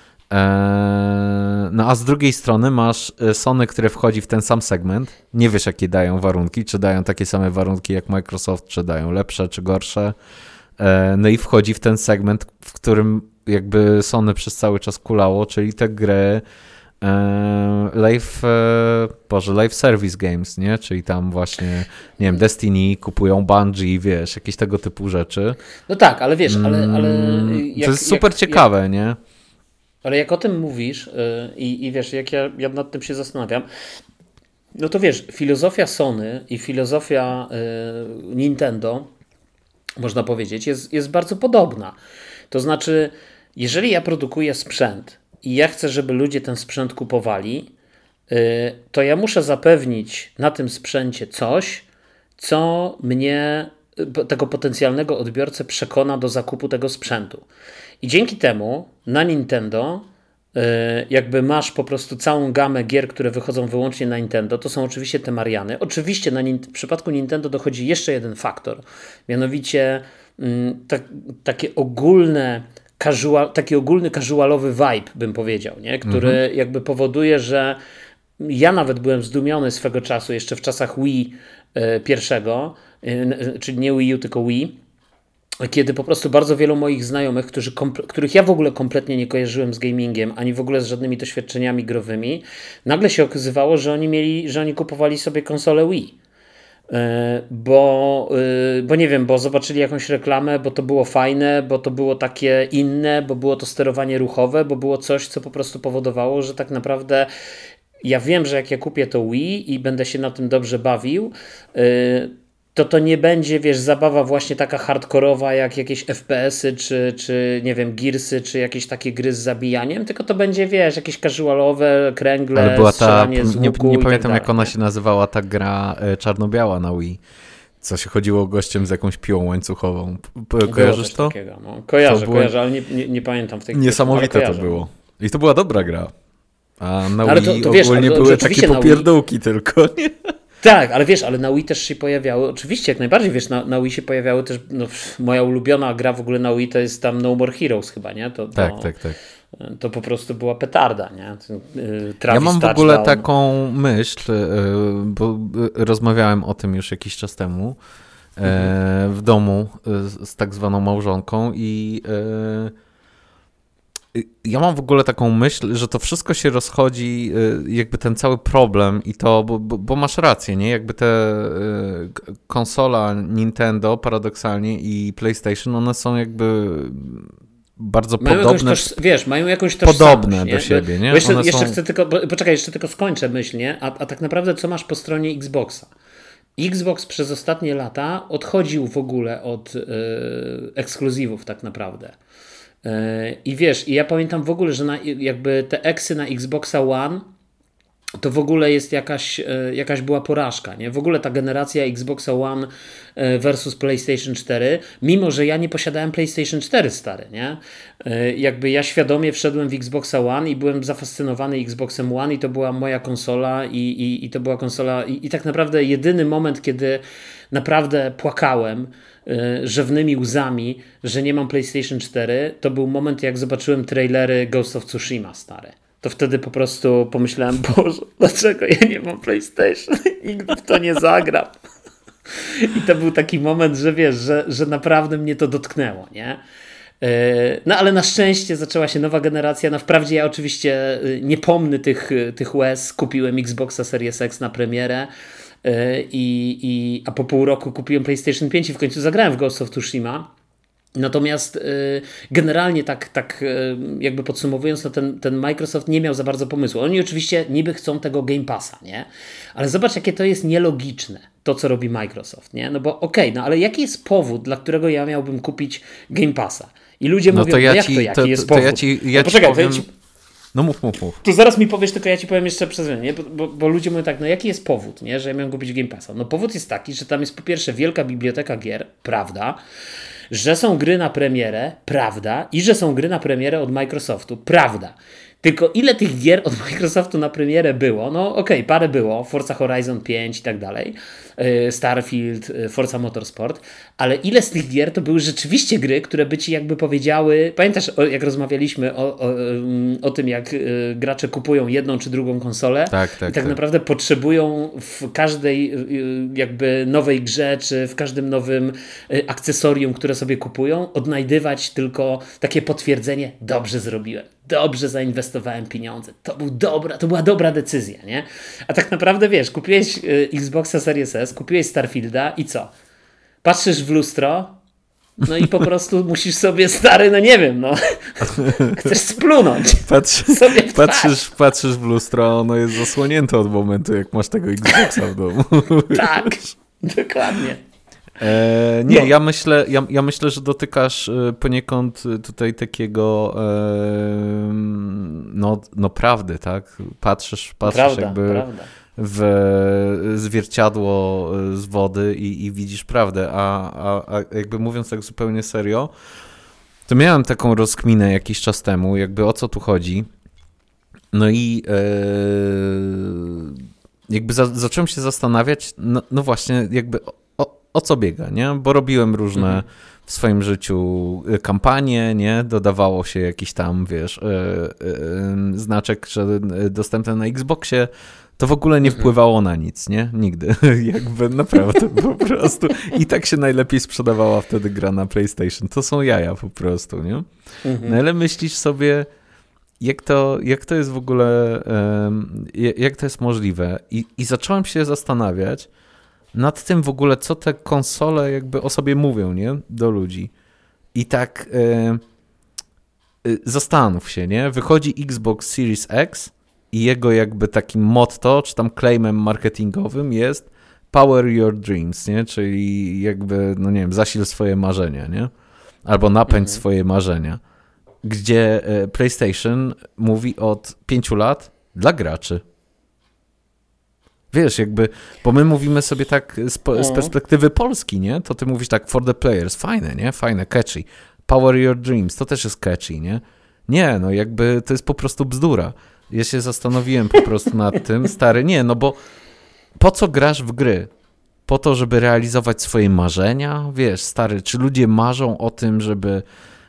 Eee, no a z drugiej strony masz Sony, które wchodzi w ten sam segment. Nie wiesz, jakie dają warunki, czy dają takie same warunki jak Microsoft, czy dają lepsze, czy gorsze. Eee, no i wchodzi w ten segment, w którym jakby Sony przez cały czas kulało, czyli te gry live, Boże, live service games, nie? Czyli tam właśnie, nie wiem, Destiny, kupują Bungie, wiesz, jakieś tego typu rzeczy. No tak, ale wiesz, ale... ale jak, to jest super jak, ciekawe, jak, nie? Ale jak o tym mówisz yy, i wiesz, jak ja, ja nad tym się zastanawiam, no to wiesz, filozofia Sony i filozofia yy, Nintendo, można powiedzieć, jest, jest bardzo podobna. To znaczy, jeżeli ja produkuję sprzęt i ja chcę, żeby ludzie ten sprzęt kupowali, to ja muszę zapewnić na tym sprzęcie coś, co mnie, tego potencjalnego odbiorcę, przekona do zakupu tego sprzętu. I dzięki temu na Nintendo jakby masz po prostu całą gamę gier, które wychodzą wyłącznie na Nintendo. To są oczywiście te Mariany. Oczywiście na, w przypadku Nintendo dochodzi jeszcze jeden faktor, mianowicie tak, takie ogólne Casual, taki ogólny casualowy vibe, bym powiedział, nie? Który mhm. jakby powoduje, że ja nawet byłem zdumiony swego czasu, jeszcze w czasach Wii y, pierwszego, y, czyli nie Wii U, tylko Wii, kiedy po prostu bardzo wielu moich znajomych, którzy których ja w ogóle kompletnie nie kojarzyłem z gamingiem, ani w ogóle z żadnymi doświadczeniami growymi, nagle się okazywało, że oni mieli, że oni kupowali sobie konsolę Wii. Bo, bo nie wiem, bo zobaczyli jakąś reklamę, bo to było fajne, bo to było takie inne, bo było to sterowanie ruchowe, bo było coś, co po prostu powodowało, że tak naprawdę ja wiem, że jak ja kupię to Wii i będę się na tym dobrze bawił, to to nie będzie, wiesz, zabawa właśnie taka hardkorowa jak jakieś F P S-y, czy, czy nie wiem, Gearsy, czy jakieś takie gry z zabijaniem, tylko to będzie, wiesz, jakieś casualowe, kręgle, ale była ta, strzelanie z nie, łuku nie i pamiętam tak dalej, jak ona nie? się nazywała, ta gra czarno-biała na Wii. Co się chodziło gościem z jakąś piłą łańcuchową. Kojarzysz to? Takiego, no. Kojarzę, było... kojarzę, ale nie, nie, nie pamiętam w tej chwili. Niesamowite to było. I to była dobra gra. A na ale Wii to, to wiesz, ogólnie ale, były takie popierdółki Wii... tylko, nie? Tak, ale wiesz, ale na Wii też się pojawiały, oczywiście jak najbardziej, wiesz, na, na Wii się pojawiały też, no, moja ulubiona gra w ogóle na Wii to jest tam No More Heroes chyba, nie? To, to, tak, tak, tak. To po prostu była petarda, nie? Travis ja mam w Touchdown. ogóle taką myśl, bo rozmawiałem o tym już jakiś czas temu mhm. w domu z tak zwaną małżonką i ja mam w ogóle taką myśl, że to wszystko się rozchodzi, jakby ten cały problem i to, bo, bo, bo masz rację, nie? Jakby te konsola Nintendo paradoksalnie i PlayStation, one są jakby bardzo mają podobne. Toż, wiesz, mają jakąś tożsamość. Podobne nie? do siebie, nie? Bo jeszcze, One jeszcze są... chcę tylko, bo, poczekaj, jeszcze tylko skończę myśl, nie? A, a tak naprawdę co masz po stronie Xboxa? Xbox przez ostatnie lata odchodził w ogóle od yy, ekskluzywów tak naprawdę. I wiesz, i ja pamiętam w ogóle, że na, jakby te eksy na Xboxa One to w ogóle jest jakaś, jakaś była porażka, nie? W ogóle ta generacja Xboxa One versus PlayStation cztery, mimo że ja nie posiadałem PlayStation cztery, stary, nie? Jakby ja świadomie wszedłem w Xboxa One i byłem zafascynowany Xboxem One i to była moja konsola i, i, i to była konsola i, i tak naprawdę jedyny moment, kiedy naprawdę płakałem rzewnymi łzami, że nie mam PlayStation cztery, to był moment, jak zobaczyłem trailery Ghost of Tsushima, stary. To wtedy po prostu pomyślałem, Boże, dlaczego ja nie mam PlayStation? Nigdy w to nie zagram. I to był taki moment, że wiesz, że, że naprawdę mnie to dotknęło, nie? No ale na szczęście zaczęła się nowa generacja. No wprawdzie ja oczywiście nie pomnę tych, tych łez. Kupiłem Xboxa Series X na premierę i, i, a po pół roku kupiłem PlayStation pięć i w końcu zagrałem w Ghost of Tsushima. Natomiast y, generalnie tak, tak y, jakby podsumowując, to ten, ten Microsoft nie miał za bardzo pomysłu. Oni oczywiście niby chcą tego Game Passa, nie? Ale zobacz, jakie to jest nielogiczne, to co robi Microsoft, nie? No bo okej, okay, no ale jaki jest powód, dla którego ja miałbym kupić Game Passa? I ludzie no mówią, to ja no jak ci, to, jaki to, jest to, powód? To ja ci, ja no poczekaj, powiem... to ja ci... No mów, mów, mów. Tu zaraz mi powiesz, tylko ja ci powiem jeszcze przez nie? Bo, bo, bo ludzie mówią tak, no jaki jest powód, nie? Że ja miałem kupić Game Passa? No powód jest taki, że tam jest po pierwsze wielka biblioteka gier, prawda? Że są gry na premierę, prawda? I że są gry na premierę od Microsoftu, prawda? Tylko ile tych gier od Microsoftu na premierę było? No okej, okay, parę było. Forza Horizon pięć i tak dalej. Starfield, Forza Motorsport. Ale ile z tych gier to były rzeczywiście gry, które by ci jakby powiedziały... Pamiętasz, jak rozmawialiśmy o, o, o tym, jak gracze kupują jedną czy drugą konsolę tak, tak, i tak, tak naprawdę potrzebują w każdej jakby nowej grze, czy w każdym nowym akcesorium, które sobie kupują, odnajdywać tylko takie potwierdzenie, dobrze zrobiłem. Dobrze zainwestowałem pieniądze. To, był dobra, to była dobra decyzja, nie? A tak naprawdę, wiesz, kupiłeś y, Xboxa Series S, kupiłeś Starfielda i co? Patrzysz w lustro, no i po prostu musisz sobie, stary, no nie wiem, no chcesz splunąć. Patrz, sobie w patrzysz, patrzysz w lustro, a ono jest zasłonięte od momentu, jak masz tego Xboxa w domu. Tak, dokładnie. E, nie, no. ja, myślę, ja, ja myślę, że dotykasz poniekąd tutaj takiego e, no, no prawdy, tak? Patrzysz, patrzysz prawda, jakby prawda. w zwierciadło z wody i, i widzisz prawdę, a, a, a jakby mówiąc tak zupełnie serio, to miałem taką rozkminę jakiś czas temu, jakby o co tu chodzi. No i e, jakby za, zacząłem się zastanawiać, no, no właśnie jakby o, o co biega, nie? Bo robiłem różne mhm. w swoim życiu kampanie, nie? Dodawało się jakiś tam, wiesz, yy, yy, znaczek, że dostępny na Xboxie, to w ogóle nie wpływało na nic, nie? Nigdy. Jakby naprawdę po prostu. I tak się najlepiej sprzedawała wtedy gra na PlayStation. To są jaja po prostu, nie? Mhm. No ale myślisz sobie, jak to, jak to jest w ogóle, yy, jak to jest możliwe? I, I zacząłem się zastanawiać nad tym w ogóle, co te konsole jakby o sobie mówią, nie? Do ludzi. I tak yy, yy, zastanów się, nie? Wychodzi Xbox Series X i jego jakby takim motto, czy tam claimem marketingowym jest Power Your Dreams, nie? Czyli jakby, no nie wiem, zasil swoje marzenia, nie? Albo napędź mhm. swoje marzenia. Gdzie yy, PlayStation mówi od pięciu lat dla graczy. Wiesz, jakby, bo my mówimy sobie tak z, po, z perspektywy Polski, nie? To ty mówisz tak, for the players, fajne, nie? Fajne, catchy. Power Your Dreams, to też jest catchy, nie? Nie, no jakby to jest po prostu bzdura. Ja się zastanowiłem po prostu nad tym, stary, nie, no bo po co grasz w gry? Po to, żeby realizować swoje marzenia? Wiesz, stary, czy ludzie marzą o tym, żeby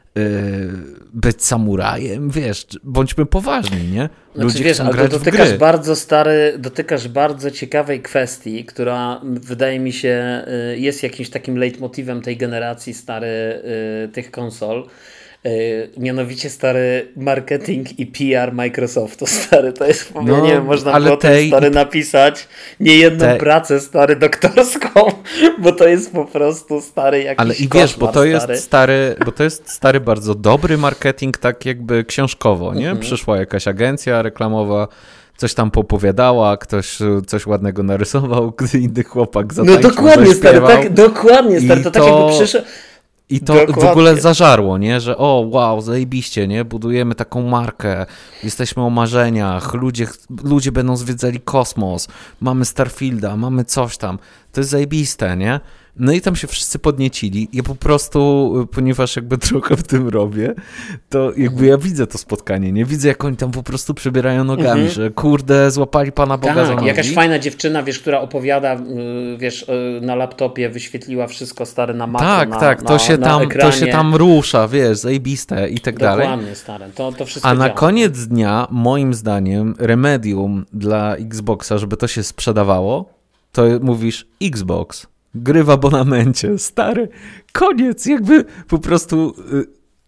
być samurajem, wiesz, bądźmy poważni, nie? Ludzie znaczy, wiesz, ale dotykasz bardzo stary, dotykasz bardzo ciekawej kwestii, która wydaje mi się jest jakimś takim leitmotivem tej generacji stary tych konsol. Mianowicie stary marketing i P R Microsoftu, stary, to jest, no, nie wiem, można było tej... stary napisać niejedną tej... pracę stary doktorską, bo to jest po prostu stary jakiś ale i koszmar, wiesz, bo to stary. jest stary, bo to jest stary bardzo dobry marketing, tak jakby książkowo, nie? Mhm. Przyszła jakaś agencja reklamowa, coś tam popowiadała, ktoś coś ładnego narysował, gdy inny chłopak zatańczył, no dokładnie, zaśpiewał. Stary, tak, dokładnie, stary, to, to tak jakby przyszło. I to Dokładnie. w ogóle zażarło, nie? Że o, wow, zajebiście, nie? Budujemy taką markę, jesteśmy o marzeniach, ludzie, ludzie będą zwiedzali kosmos, mamy Starfielda, mamy coś tam. To jest zajebiste, nie? No i tam się wszyscy podniecili. Ja po prostu, ponieważ jakby trochę w tym robię, to jakby ja widzę to spotkanie, nie? Widzę, jak oni tam po prostu przebierają nogami, mhm. że kurde, złapali Pana Boga tak, za nogi. Jakaś fajna dziewczyna, wiesz, która opowiada, wiesz, na laptopie wyświetliła wszystko stare na Macu, Tak, na, tak, to, na, się na tam, ekranie. to się tam rusza, wiesz, zajebiste i tak Dokładnie, dalej. Dokładnie, stare, to, to wszystko A na działa. koniec dnia, moim zdaniem, remedium dla Xboxa, żeby to się sprzedawało, to mówisz Xbox. Gry w abonamencie, stary, koniec, jakby po prostu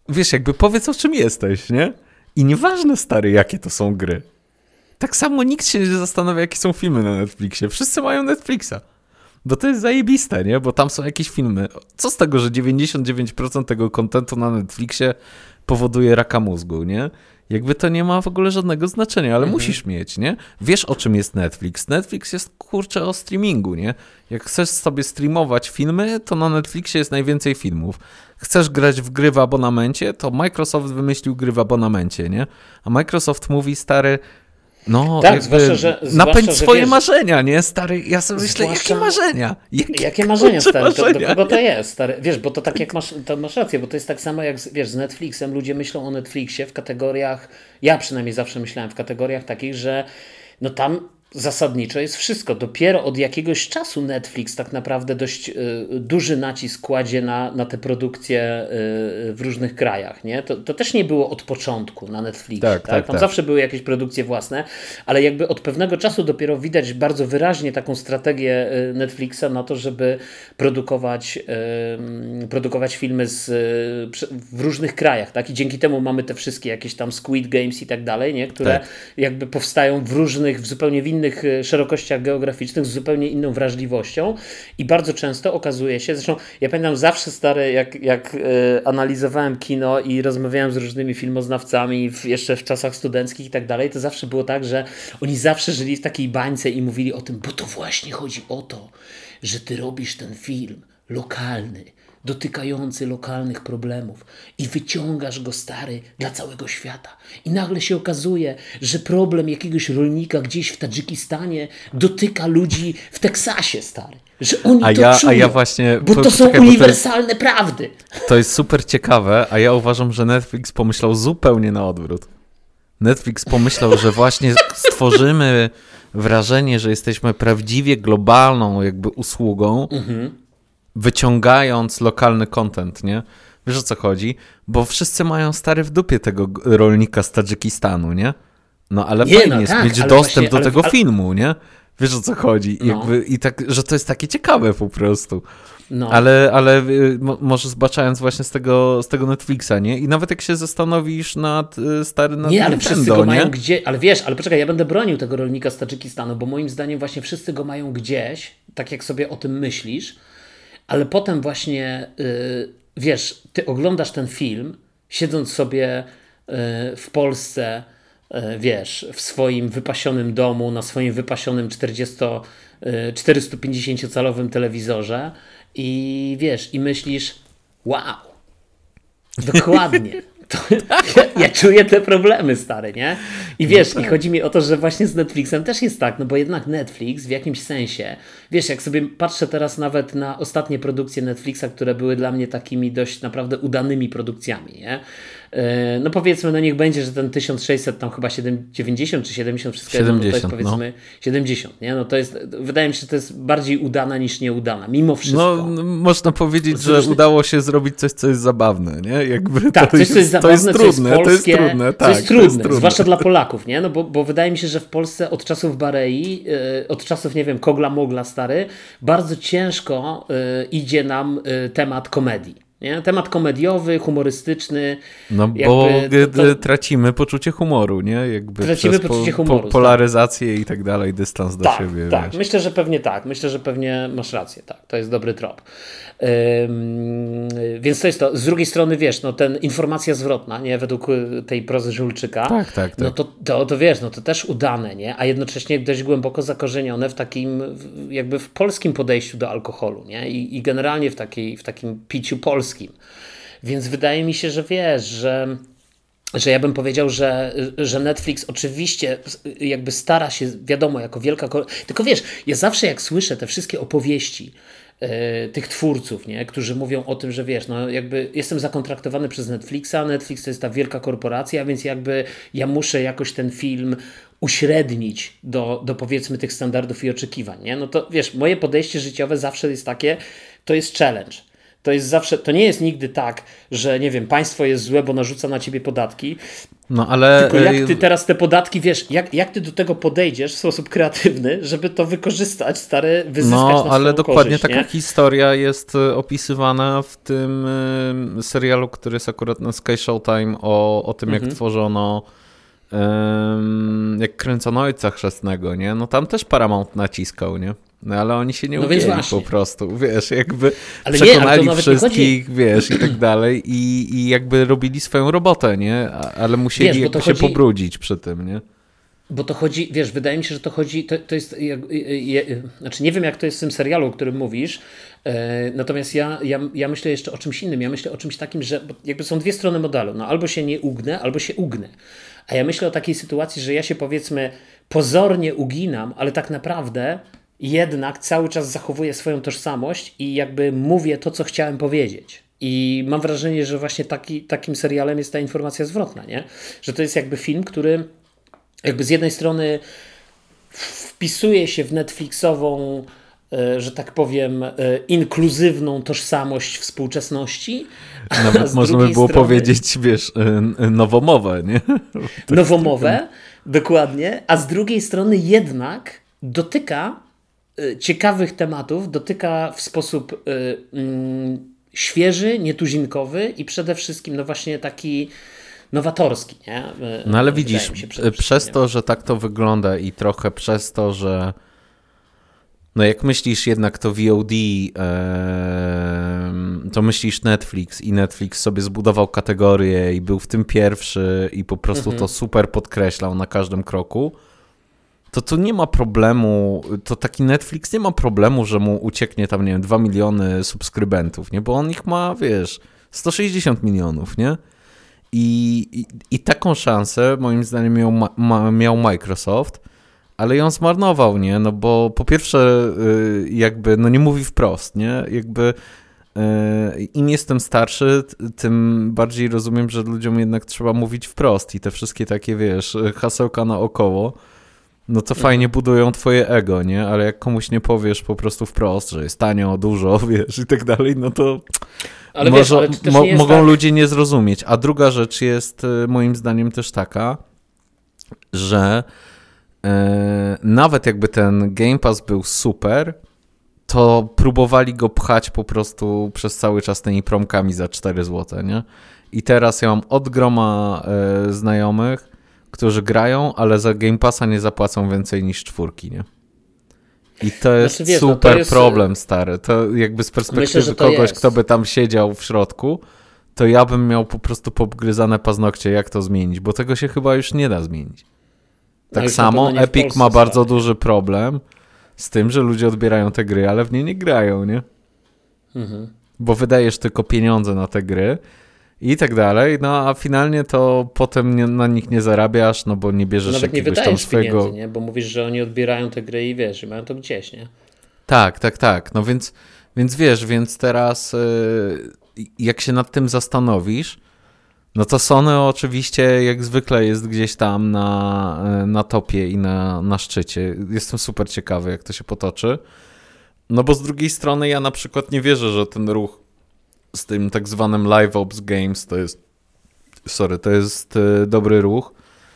wiesz, jakby powiedz o czym jesteś, nie? I nieważne, stary, jakie to są gry. Tak samo nikt się nie zastanawia, jakie są filmy na Netflixie. Wszyscy mają Netflixa. Bo to jest zajebiste, nie? Bo tam są jakieś filmy. Co z tego, że dziewięćdziesiąt dziewięć procent tego kontentu na Netflixie powoduje raka mózgu, nie? Jakby to nie ma w ogóle żadnego znaczenia, ale mhm. musisz mieć, nie? Wiesz, o czym jest Netflix. Netflix jest, kurczę, o streamingu, nie? Jak chcesz sobie streamować filmy, to na Netflixie jest najwięcej filmów. Chcesz grać w gry w abonamencie, to Microsoft wymyślił gry w abonamencie, nie? A Microsoft mówi, stary... No, tak, zwłaszcza, że, napędź zwłaszcza, że swoje wiesz, marzenia, nie, stary? Ja sobie myślę, zwłaszcza, jakie marzenia? Jakie, jakie marzenia, stary? Marzenia, to, do kogo to jest, stary? Wiesz, bo to tak jak masz, to masz rację, bo to jest tak samo jak, wiesz, z Netflixem. Ludzie myślą o Netflixie w kategoriach, ja przynajmniej zawsze myślałem w kategoriach takich, że no tam zasadniczo jest wszystko. Dopiero od jakiegoś czasu Netflix tak naprawdę dość y, duży nacisk kładzie na, na te produkcje y, w różnych krajach. Nie? To, to też nie było od początku na Netflixie. Tak, tak? tak, Tam tak. zawsze były jakieś produkcje własne, ale jakby od pewnego czasu dopiero widać bardzo wyraźnie taką strategię Netflixa na to, żeby produkować, y, produkować filmy z, y, w różnych krajach. Tak? I dzięki temu mamy te wszystkie jakieś tam Squid Games i tak dalej, nie? Które tak. jakby powstają w różnych, w zupełnie w innych szerokościach geograficznych z zupełnie inną wrażliwością i bardzo często okazuje się, zresztą ja pamiętam zawsze stary, jak, jak y, analizowałem kino i rozmawiałem z różnymi filmoznawcami w, jeszcze w czasach studenckich i tak dalej, to zawsze było tak, że oni zawsze żyli w takiej bańce i mówili o tym, bo to właśnie chodzi o to, że ty robisz ten film lokalny, dotykający lokalnych problemów i wyciągasz go, stary, dla całego świata. I nagle się okazuje, że problem jakiegoś rolnika gdzieś w Tadżykistanie dotyka ludzi w Teksasie, stary. Że oni a to ja, czują, a ja właśnie, bo to po, są czekaj, uniwersalne to jest, prawdy. To jest super ciekawe, a ja uważam, że Netflix pomyślał zupełnie na odwrót. Netflix pomyślał, że właśnie stworzymy wrażenie, że jesteśmy prawdziwie globalną jakby usługą, mhm. wyciągając lokalny content, nie? Wiesz, o co chodzi? Bo wszyscy mają stary w dupie tego rolnika z Tadżykistanu, nie? No ale nie, fajnie no, jest tak, mieć dostęp właśnie, do ale, tego ale... filmu, nie? Wiesz, o co chodzi? No. Jakby, i tak, że to jest takie ciekawe po prostu. No. Ale, ale może zbaczając właśnie z tego, z tego Netflixa, nie? I nawet jak się zastanowisz nad stary nad Nie, ale Nintendo, wszyscy go nie? mają gdzie... Ale wiesz, ale poczekaj, ja będę bronił tego rolnika z Tadżykistanu, bo moim zdaniem właśnie wszyscy go mają gdzieś, tak jak sobie o tym myślisz, ale potem właśnie, yy, wiesz, ty oglądasz ten film, siedząc sobie yy, w Polsce, yy, wiesz, w swoim wypasionym domu, na swoim wypasionym czterystupięćdziesięciocalowym telewizorze i wiesz, i myślisz, wow, dokładnie. To, ja, ja czuję te problemy, stary, nie? I wiesz, no tak. I chodzi mi o to, że właśnie z Netflixem też jest tak, no bo jednak Netflix w jakimś sensie, wiesz, jak sobie patrzę teraz nawet na ostatnie produkcje Netflixa, które były dla mnie takimi dość naprawdę udanymi produkcjami, nie? No powiedzmy, no niech będzie, że ten tysiąc sześćset tam chyba dziewięćdziesiąt czy siedemdziesiąt wszystko siedemdziesiąt, jedno, no to jest powiedzmy no. siedemdziesiąt, nie? No to jest, wydaje mi się, że to jest bardziej udana niż nieudana, mimo wszystko. No można powiedzieć, że różny... udało się zrobić coś, co jest zabawne, nie? Jakby tak, to coś, co jest zabawne, to jest trudne, polskie, to jest trudne, tak, to jest trudne, to jest trudne. Zwłaszcza dla Polaków, nie? No bo, bo wydaje mi się, że w Polsce od czasów Barei, yy, od czasów, nie wiem, Kogla Mogla stary, bardzo ciężko yy, idzie nam yy, temat komedii. Nie? Temat komediowy, humorystyczny. No bo to, to... tracimy poczucie humoru, nie? Jakby tracimy poczucie po, humoru. Po, polaryzację tak. i tak dalej, dystans do tak, siebie. Tak, wiesz. myślę, że pewnie tak. Myślę, że pewnie masz rację. Tak, to jest dobry trop. Ym, więc to jest to. Z drugiej strony, wiesz, no ten informacja zwrotna, nie? Według tej prozy Żulczyka. Tak, tak, tak. No to, to, to wiesz, no to też udane, nie? A jednocześnie dość głęboko zakorzenione w takim, jakby w polskim podejściu do alkoholu, nie? I, i generalnie w, takiej, w takim piciu polskim. Więc wydaje mi się, że wiesz, że, że ja bym powiedział, że, że Netflix oczywiście jakby stara się, wiadomo, jako wielka... Tylko wiesz, ja zawsze jak słyszę te wszystkie opowieści yy, tych twórców, nie, którzy mówią o tym, że wiesz, no jakby jestem zakontraktowany przez Netflixa, Netflix to jest ta wielka korporacja, więc jakby ja muszę jakoś ten film uśrednić do, do powiedzmy tych standardów i oczekiwań, nie? No to wiesz, moje podejście życiowe zawsze jest takie, to jest challenge. To jest zawsze, to nie jest nigdy tak, że nie wiem, państwo jest złe, bo narzuca na ciebie podatki. No ale... Tylko jak ty teraz te podatki, wiesz, jak, jak ty do tego podejdziesz w sposób kreatywny, żeby to wykorzystać, stary, wyzyskać no, na swoją ale dokładnie korzyść, taka nie? historia jest opisywana w tym y, serialu, który jest akurat na Sky Showtime o, o tym, mhm. jak tworzono y, jak kręcono Ojca Chrzestnego, nie? No tam też Paramount naciskał, nie? No ale oni się nie no ugięli po prostu, wiesz, jakby ale przekonali nie, wszystkich, chodzi... wiesz, i tak dalej i, i jakby robili swoją robotę, nie? Ale musieli wiesz, jakby się chodzi... pobrudzić przy tym, nie? Bo to chodzi, wiesz, wydaje mi się, że to chodzi, to, to jest, jak, je, znaczy nie wiem jak to jest w tym serialu, o którym mówisz, e, natomiast ja, ja, ja myślę jeszcze o czymś innym, ja myślę o czymś takim, że jakby są dwie strony modelu, no albo się nie ugnę, albo się ugnę, a ja myślę o takiej sytuacji, że ja się powiedzmy pozornie uginam, ale tak naprawdę jednak cały czas zachowuję swoją tożsamość i jakby mówię to, co chciałem powiedzieć. I mam wrażenie, że właśnie taki, takim serialem jest ta informacja zwrotna, nie? Że to jest jakby film, który jakby z jednej strony wpisuje się w Netflixową, że tak powiem, inkluzywną tożsamość współczesności. Nawet można by było strony... powiedzieć, wiesz, nowomowę, nie? Nowomowę, dokładnie, a z drugiej strony jednak dotyka ciekawych tematów, dotyka w sposób y, y, świeży, nietuzinkowy i przede wszystkim no właśnie taki nowatorski. Nie? No ale widzisz, przez to, że tak to wygląda i trochę przez to, że no jak myślisz jednak to V O D, yy, to myślisz Netflix i Netflix sobie zbudował kategorię i był w tym pierwszy i po prostu mhm. to super podkreślał na każdym kroku, to tu nie ma problemu, to taki Netflix nie ma problemu, że mu ucieknie tam, nie wiem, dwa miliony subskrybentów, nie? Bo on ich ma, wiesz, sto sześćdziesiąt milionów, nie? I, i, i taką szansę moim zdaniem miał, ma, miał Microsoft, ale ją zmarnował, nie? No bo po pierwsze jakby, no nie mówi wprost, nie? Jakby im jestem starszy, tym bardziej rozumiem, że ludziom jednak trzeba mówić wprost i te wszystkie takie, wiesz, hasełka naokoło, no to fajnie budują twoje ego, nie? Ale jak komuś nie powiesz po prostu wprost, że jest tanio, dużo, wiesz, i tak dalej, no to ale może, wiesz, ale mo- mogą tak... ludzie nie zrozumieć. A druga rzecz jest moim zdaniem też taka, że e, nawet jakby ten Game Pass był super, to próbowali go pchać po prostu przez cały czas tymi promkami za cztery złote, nie? I teraz ja mam od groma e, znajomych, którzy grają, ale za Game Passa nie zapłacą więcej niż czwórki, nie? I to jest znaczy, wiesz, super no to jest... problem, stary. To jakby z perspektywy Myślę, kogoś, jest. kto by tam siedział w środku, to ja bym miał po prostu popgryzane paznokcie, jak to zmienić, bo tego się chyba już nie da zmienić. Tak no samo Epic Polsce, ma bardzo stary. duży problem z tym, że ludzie odbierają te gry, ale w nie nie grają, nie? Mhm. Bo wydajesz tylko pieniądze na te gry i tak dalej, no a finalnie to potem nie, na nich nie zarabiasz, no bo nie bierzesz Nawet jakiegoś nie tam swojego... pieniędzy, nie? Bo mówisz, że oni odbierają te gry i wiesz, i mają to gdzieś, nie? Tak, tak, tak, no więc, więc wiesz, więc teraz yy, jak się nad tym zastanowisz, no to Sony oczywiście jak zwykle jest gdzieś tam na, na topie i na, na szczycie. Jestem super ciekawy, jak to się potoczy, no bo z drugiej strony ja na przykład nie wierzę, że ten ruch z tym tak zwanym Live Ops Games to jest sorry, to jest y, dobry ruch,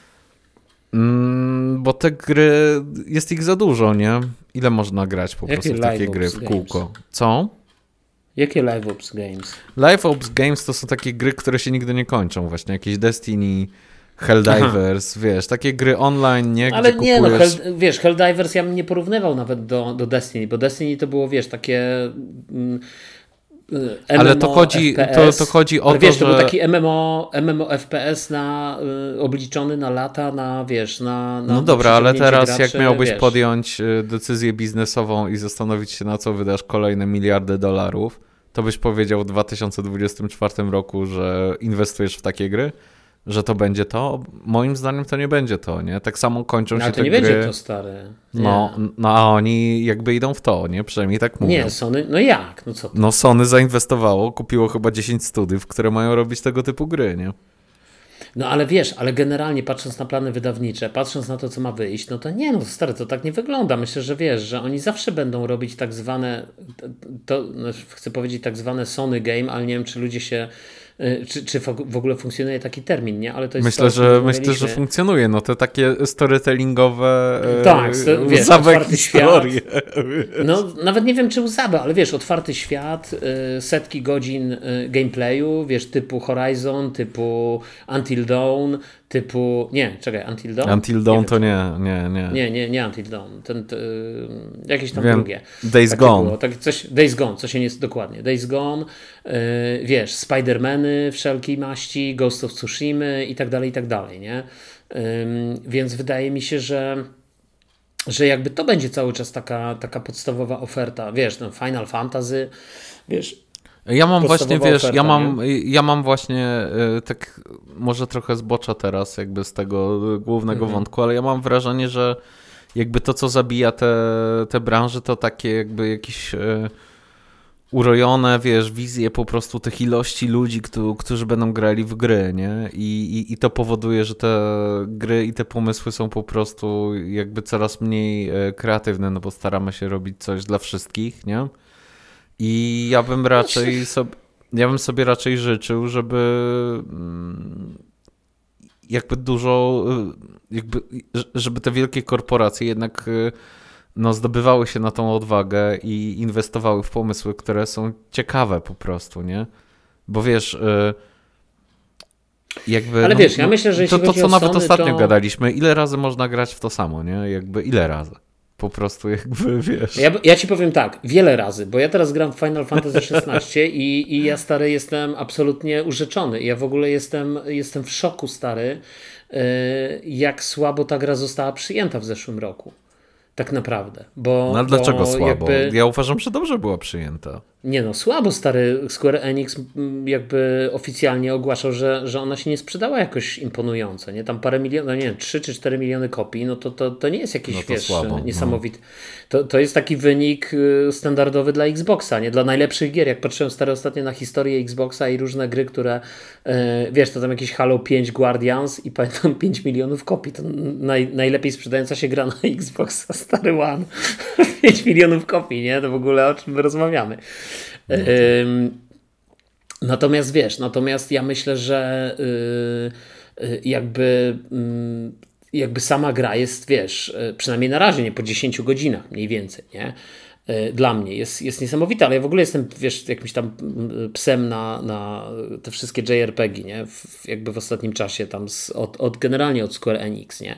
mm, bo te gry, jest ich za dużo, nie? Ile można grać po Jakie prostu w takie gry w kółko? Games? Co? Jakie Live Ops Games? Live Ops Games to są takie gry, które się nigdy nie kończą, właśnie jakieś Destiny, Helldivers, Aha. wiesz, takie gry online, nie? Gdzie Ale nie, kupujesz... no, Hell, wiesz, Helldivers ja bym nie porównywał nawet do, do Destiny, bo Destiny to było, wiesz, takie... Mm, M M O, ale to chodzi, to, to chodzi o ale to, wiesz, że... to był taki M M O, M M O F P S na, y, obliczony na lata, na wiesz, na... na no dobra, ale teraz graczy, jak miałbyś wiesz. podjąć decyzję biznesową i zastanowić się, na co wydasz kolejne miliardy dolarów, to byś powiedział w dwa tysiące dwudziestym czwartym roku, że inwestujesz w takie gry? Że to będzie to? Moim zdaniem to nie będzie to, nie? Tak samo kończą no, się to te nie gry... będzie to, stare. No, no, a oni jakby idą w to, nie? Przynajmniej tak mówią. Nie, Sony, no jak? No co to? No Sony zainwestowało, kupiło chyba dziesięć studiów, które mają robić tego typu gry, nie? No ale wiesz, ale generalnie patrząc na plany wydawnicze, patrząc na to, co ma wyjść, no to nie, no stary, to tak nie wygląda. Myślę, że wiesz, że oni zawsze będą robić tak zwane, to no, chcę powiedzieć tak zwane Sony game, ale nie wiem, czy ludzie się, czy, czy w ogóle funkcjonuje taki termin, nie? Ale to jest myślę, to, że myślę, że funkcjonuje. No te takie storytellingowe tak, sto, wiesz, otwarty historie. Świat. No nawet nie wiem, czy łzawy, ale wiesz, otwarty świat, setki godzin gameplayu, wiesz, typu Horizon, typu Until Dawn, typu... Nie, czekaj, Until Dawn? Until Dawn nie to nie, nie, nie. Nie, nie, nie Until Dawn. Ten, ten, jakieś tam wiem. drugie. Days takie Gone. Było, tak, coś, Days Gone, co się nie... Dokładnie. Days Gone, yy, wiesz, Spider-Many wszelkiej maści, Ghost of Tsushima i tak dalej, i tak dalej, nie? Yy, więc wydaje mi się, że że jakby to będzie cały czas taka, taka podstawowa oferta. Wiesz, no Final Fantasy, wiesz... Ja mam właśnie, wiesz, oferta, ja mam, ja mam właśnie tak może trochę zbocza teraz jakby z tego głównego mhm. wątku, ale ja mam wrażenie, że jakby to, co zabija te, te branże, to takie jakby jakieś e, urojone, wiesz, wizje po prostu tych ilości ludzi, którzy, którzy będą grali w gry, nie? I, i, I to powoduje, że te gry i te pomysły są po prostu jakby coraz mniej kreatywne, no bo staramy się robić coś dla wszystkich, nie? I ja bym raczej sobie, ja bym sobie raczej życzył, żeby jakby dużo, jakby, żeby te wielkie korporacje jednak no, zdobywały się na tą odwagę i inwestowały w pomysły, które są ciekawe po prostu, nie? Bo wiesz, jakby... Ale wiesz, no, ja myślę, że to, jeśli to, co nawet Sony, ostatnio to... gadaliśmy, ile razy można grać w to samo, nie? Jakby ile razy? Po prostu jakby, wiesz... Ja, ja ci powiem tak, wiele razy, bo ja teraz gram w Final Fantasy szesnaście i, i ja, stary, jestem absolutnie urzeczony. Ja w ogóle jestem, jestem w szoku, stary, jak słabo ta gra została przyjęta w zeszłym roku. Tak naprawdę. Bo, no ale dlaczego bo słabo? Jakby... Ja uważam, że dobrze była przyjęta. Nie no, słabo, stary. Square Enix jakby oficjalnie ogłaszał, że, że ona się nie sprzedała jakoś imponująco, nie? Tam parę milionów, no nie wiem, trzy czy cztery miliony kopii, no to, to, to nie jest jakiś, no wiesz, słabo, niesamowity. No. To, to jest taki wynik standardowy dla Xboxa, nie? Dla najlepszych gier. Jak patrzyłem, stary, ostatnio na historię Xboxa i różne gry, które, yy, wiesz, to tam jakieś Halo pięć Guardians i pamiętam pięć milionów kopii. To naj, najlepiej sprzedająca się gra na Xboxa, stary One. pięć milionów kopii, nie? To w ogóle o czym my rozmawiamy. No Ym, natomiast wiesz, natomiast ja myślę, że yy, yy, jakby, yy, jakby sama gra jest, wiesz, yy, przynajmniej na razie, nie po dziesięciu godzinach mniej więcej, nie? Yy, dla mnie jest, jest niesamowita, ale ja w ogóle jestem, wiesz, jakimś tam psem na, na te wszystkie J R P G, nie? W, jakby w ostatnim czasie tam z, od, od, generalnie od Square Enix, nie?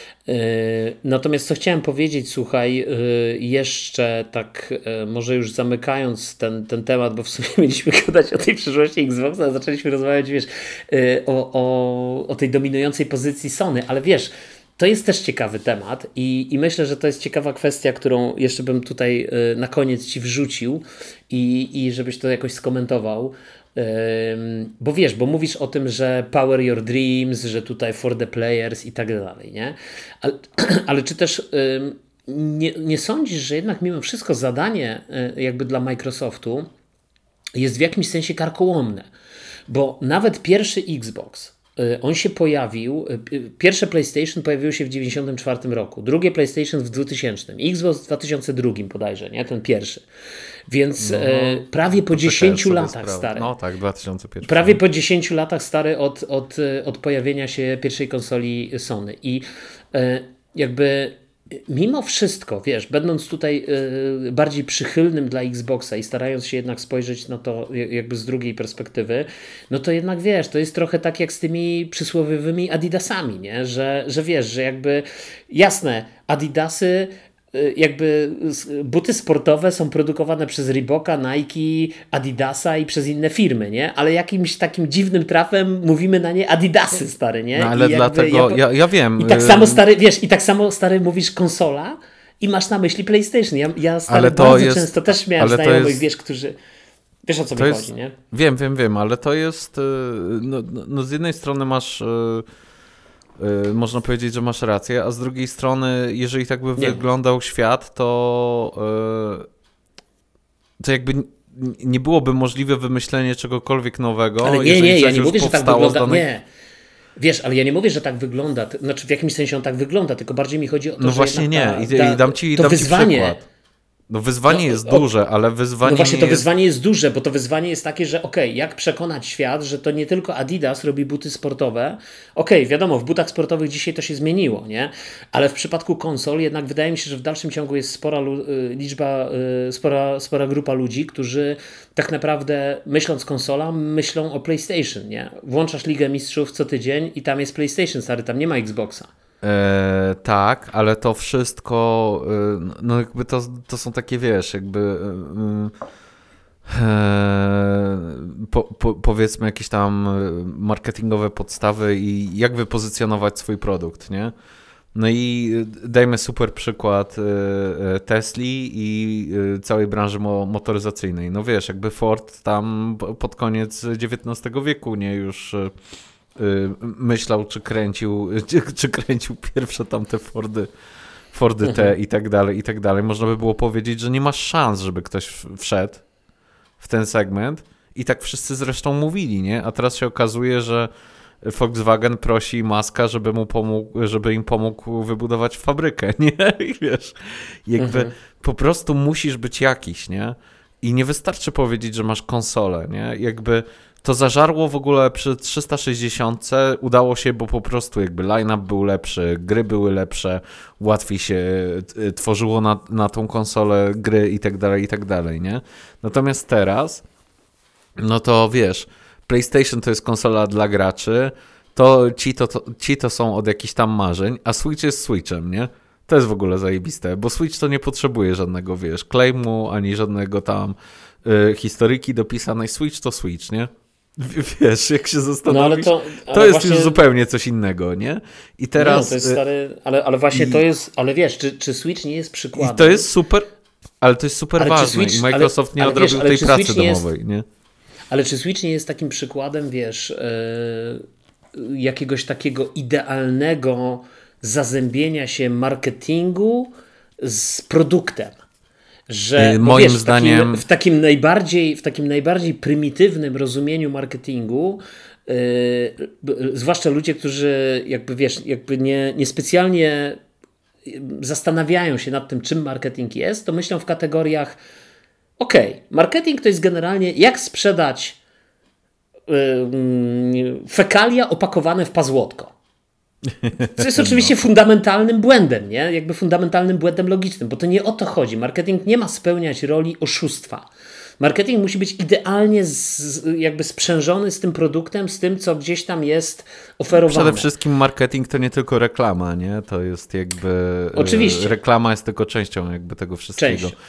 Natomiast co chciałem powiedzieć, słuchaj, jeszcze tak może już zamykając ten, ten temat, bo w sumie mieliśmy gadać o tej przyszłości Xboxa, a zaczęliśmy rozmawiać, wiesz, o, o, o tej dominującej pozycji Sony, ale wiesz, to jest też ciekawy temat i, i myślę, że to jest ciekawa kwestia, którą jeszcze bym tutaj na koniec ci wrzucił i, i żebyś to jakoś skomentował. Um, bo wiesz, bo mówisz o tym, że power your dreams, że tutaj for the players i tak dalej, nie? Ale, ale czy też um, nie, nie sądzisz, że jednak mimo wszystko zadanie y, jakby dla Microsoftu jest w jakimś sensie karkołomne? Bo nawet pierwszy Xbox, y, on się pojawił, y, pierwsze PlayStation pojawiło się w dziewięćdziesiątym czwartym roku, drugie PlayStation w dwutysięcznym, Xbox w dwa tysiące drugim bodajże, nie? Ten pierwszy. Więc no, e, prawie po dziesięciu latach, sprawę. stary. No tak, dwa tysiące pierwszy. Prawie po dziesięciu latach, stary, od, od, od pojawienia się pierwszej konsoli Sony. I e, jakby mimo wszystko, wiesz, będąc tutaj e, bardziej przychylnym dla Xboxa i starając się jednak spojrzeć na to jakby z drugiej perspektywy, no to jednak, wiesz, to jest trochę tak jak z tymi przysłowiowymi Adidasami, nie? Że, że wiesz, że jakby jasne, Adidasy jakby buty sportowe są produkowane przez Reeboka, Nike, Adidasa i przez inne firmy, nie? Ale jakimś takim dziwnym trafem mówimy na nie Adidasy, stary, nie? No ale I dlatego, ja, ja, ja wiem. I tak samo, stary, wiesz, i tak samo, stary, mówisz konsola i masz na myśli PlayStation. Ja, ja stary, ale to bardzo jest, często też miałem znajomych, jest, wiesz, którzy... Wiesz, o co mi jest, chodzi, nie? Wiem, wiem, wiem, ale to jest... No, no z jednej strony masz... Yy, można powiedzieć, że masz rację, a z drugiej strony, jeżeli tak by nie. wyglądał świat, to, yy, to jakby nie byłoby możliwe wymyślenie czegokolwiek nowego. Ale nie, nie, ja nie mówię, że tak wygląda. Danej... Nie. Wiesz, ale ja nie mówię, że tak wygląda, znaczy w jakimś sensie on tak wygląda, tylko bardziej mi chodzi o to, no że właśnie nie, ta, I, ta, i dam ci, to dam wyzwanie, ci przykład. No wyzwanie no, jest o, duże, ale wyzwanie No właśnie, nie to jest... wyzwanie jest duże, bo to wyzwanie jest takie, że okej, okay, jak przekonać świat, że to nie tylko Adidas robi buty sportowe. Okej, okay, wiadomo, w butach sportowych dzisiaj to się zmieniło, nie? Ale w przypadku konsol jednak wydaje mi się, że w dalszym ciągu jest spora liczba, spora, spora grupa ludzi, którzy tak naprawdę myśląc konsola, myślą o PlayStation, nie? Włączasz Ligę Mistrzów co tydzień i tam jest PlayStation, stary, tam nie ma Xboxa. E, tak, ale to wszystko, e, no jakby to, to są takie, wiesz, jakby e, po, po, powiedzmy jakieś tam marketingowe podstawy i jak wypozycjonować swój produkt, nie? No i dajmy super przykład Tesli i całej branży motoryzacyjnej. No wiesz, jakby Ford tam pod koniec dziewiętnastego wieku, nie, już myślał, czy kręcił, czy, czy kręcił pierwsze tamte Fordy, Fordy T mhm. i tak dalej, i tak dalej. Można by było powiedzieć, że nie ma szans, żeby ktoś wszedł w ten segment i tak wszyscy zresztą mówili, nie? A teraz się okazuje, że Volkswagen prosi Muska, żeby mu pomógł, żeby im pomógł wybudować fabrykę, nie? I wiesz, jakby mhm. po prostu musisz być jakiś, nie? I nie wystarczy powiedzieć, że masz konsolę, nie? Jakby to zażarło w ogóle przy trzysta sześćdziesiąt, udało się, bo po prostu jakby line-up był lepszy, gry były lepsze, łatwiej się tworzyło na, na tą konsolę gry i tak dalej, i tak dalej, nie? Natomiast teraz, no to wiesz, PlayStation to jest konsola dla graczy, to ci to, to, ci to są od jakichś tam marzeń, a Switch jest Switchem, nie? To jest w ogóle zajebiste, bo Switch to nie potrzebuje żadnego, wiesz, claimu, ani żadnego tam y, historyki dopisanej. Switch to Switch, nie? Wiesz, jak się zastanowisz, no ale to, ale to jest właśnie... już zupełnie coś innego, nie? I teraz... No, to jest stary, ale, ale właśnie i... to jest, ale wiesz, czy, czy Switch nie jest przykładem? I to jest super, ale to jest super ale ważne Switch, i Microsoft ale, nie ale odrobił wiesz, tej pracy domowej, jest... nie? Ale czy Switch nie jest takim przykładem, wiesz, yy, jakiegoś takiego idealnego zazębienia się marketingu z produktem? Że, moim wiesz, zdaniem w takim, w takim najbardziej w takim najbardziej prymitywnym rozumieniu marketingu, yy, zwłaszcza ludzie, którzy jakby wiesz, jakby nie, niespecjalnie zastanawiają się nad tym, czym marketing jest, to myślą w kategoriach okej, okay, marketing to jest generalnie jak sprzedać yy, fekalia opakowane w pazłotko. Co jest oczywiście no. fundamentalnym błędem, nie? Jakby fundamentalnym błędem logicznym, bo to nie o to chodzi. Marketing nie ma spełniać roli oszustwa. Marketing musi być idealnie z, jakby sprzężony z tym produktem, z tym, co gdzieś tam jest oferowane. Przede wszystkim marketing to nie tylko reklama, nie? To jest jakby... Oczywiście. Reklama jest tylko częścią jakby tego wszystkiego. Część.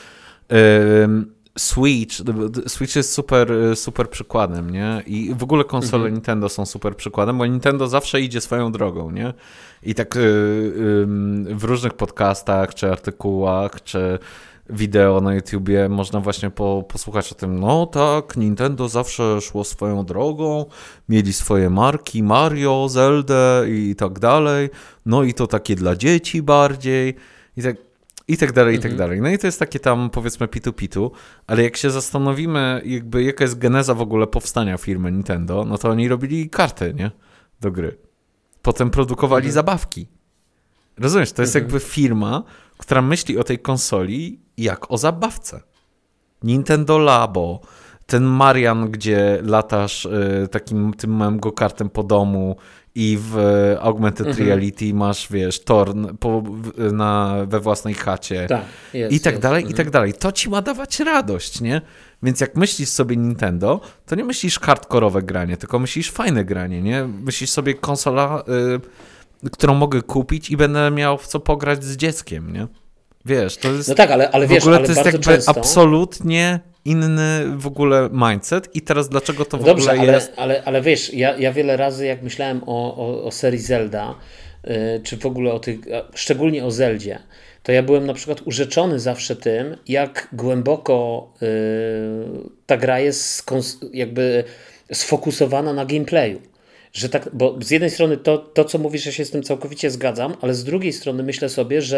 Switch, Switch jest super, super przykładem, nie? I w ogóle konsole mhm. Nintendo są super przykładem, bo Nintendo zawsze idzie swoją drogą, nie? I tak yy, yy, w różnych podcastach, czy artykułach, czy wideo na YouTubie można właśnie po, posłuchać o tym, no tak, Nintendo zawsze szło swoją drogą, mieli swoje marki, Mario, Zelda i tak dalej, no i to takie dla dzieci bardziej i tak I tak dalej, mhm. i tak dalej. No i to jest takie tam, powiedzmy, pitu-pitu, ale jak się zastanowimy, jakby jaka jest geneza w ogóle powstania firmy Nintendo, no to oni robili karty, nie? Do gry. Potem produkowali mhm. zabawki. Rozumiesz? To jest mhm. jakby firma, która myśli o tej konsoli jak o zabawce. Nintendo Labo, ten Marian, gdzie latasz y, takim tym małym go-kartem po domu i w augmented mhm. reality masz, wiesz, tor po, na, we własnej chacie tak, jest, i tak jest. dalej, mhm. i tak dalej. To ci ma dawać radość, nie? Więc jak myślisz sobie Nintendo, to nie myślisz hardkorowe granie, tylko myślisz fajne granie, nie? Myślisz sobie konsola, y, którą mogę kupić i będę miał w co pograć z dzieckiem, nie? Wiesz, to jest... No tak, ale, ale w wiesz, ogóle ale to jest bardzo jakby często... absolutnie inny w ogóle mindset i teraz dlaczego to w Dobrze, ogóle ale, jest... ale, ale wiesz, ja, ja wiele razy jak myślałem o, o, o serii Zelda, yy, czy w ogóle o tych, szczególnie o Zeldzie, to ja byłem na przykład urzeczony zawsze tym, jak głęboko yy, ta gra jest skons- jakby sfokusowana na gameplayu. Że tak, bo z jednej strony to, to, co mówisz, ja się z tym całkowicie zgadzam, ale z drugiej strony myślę sobie, że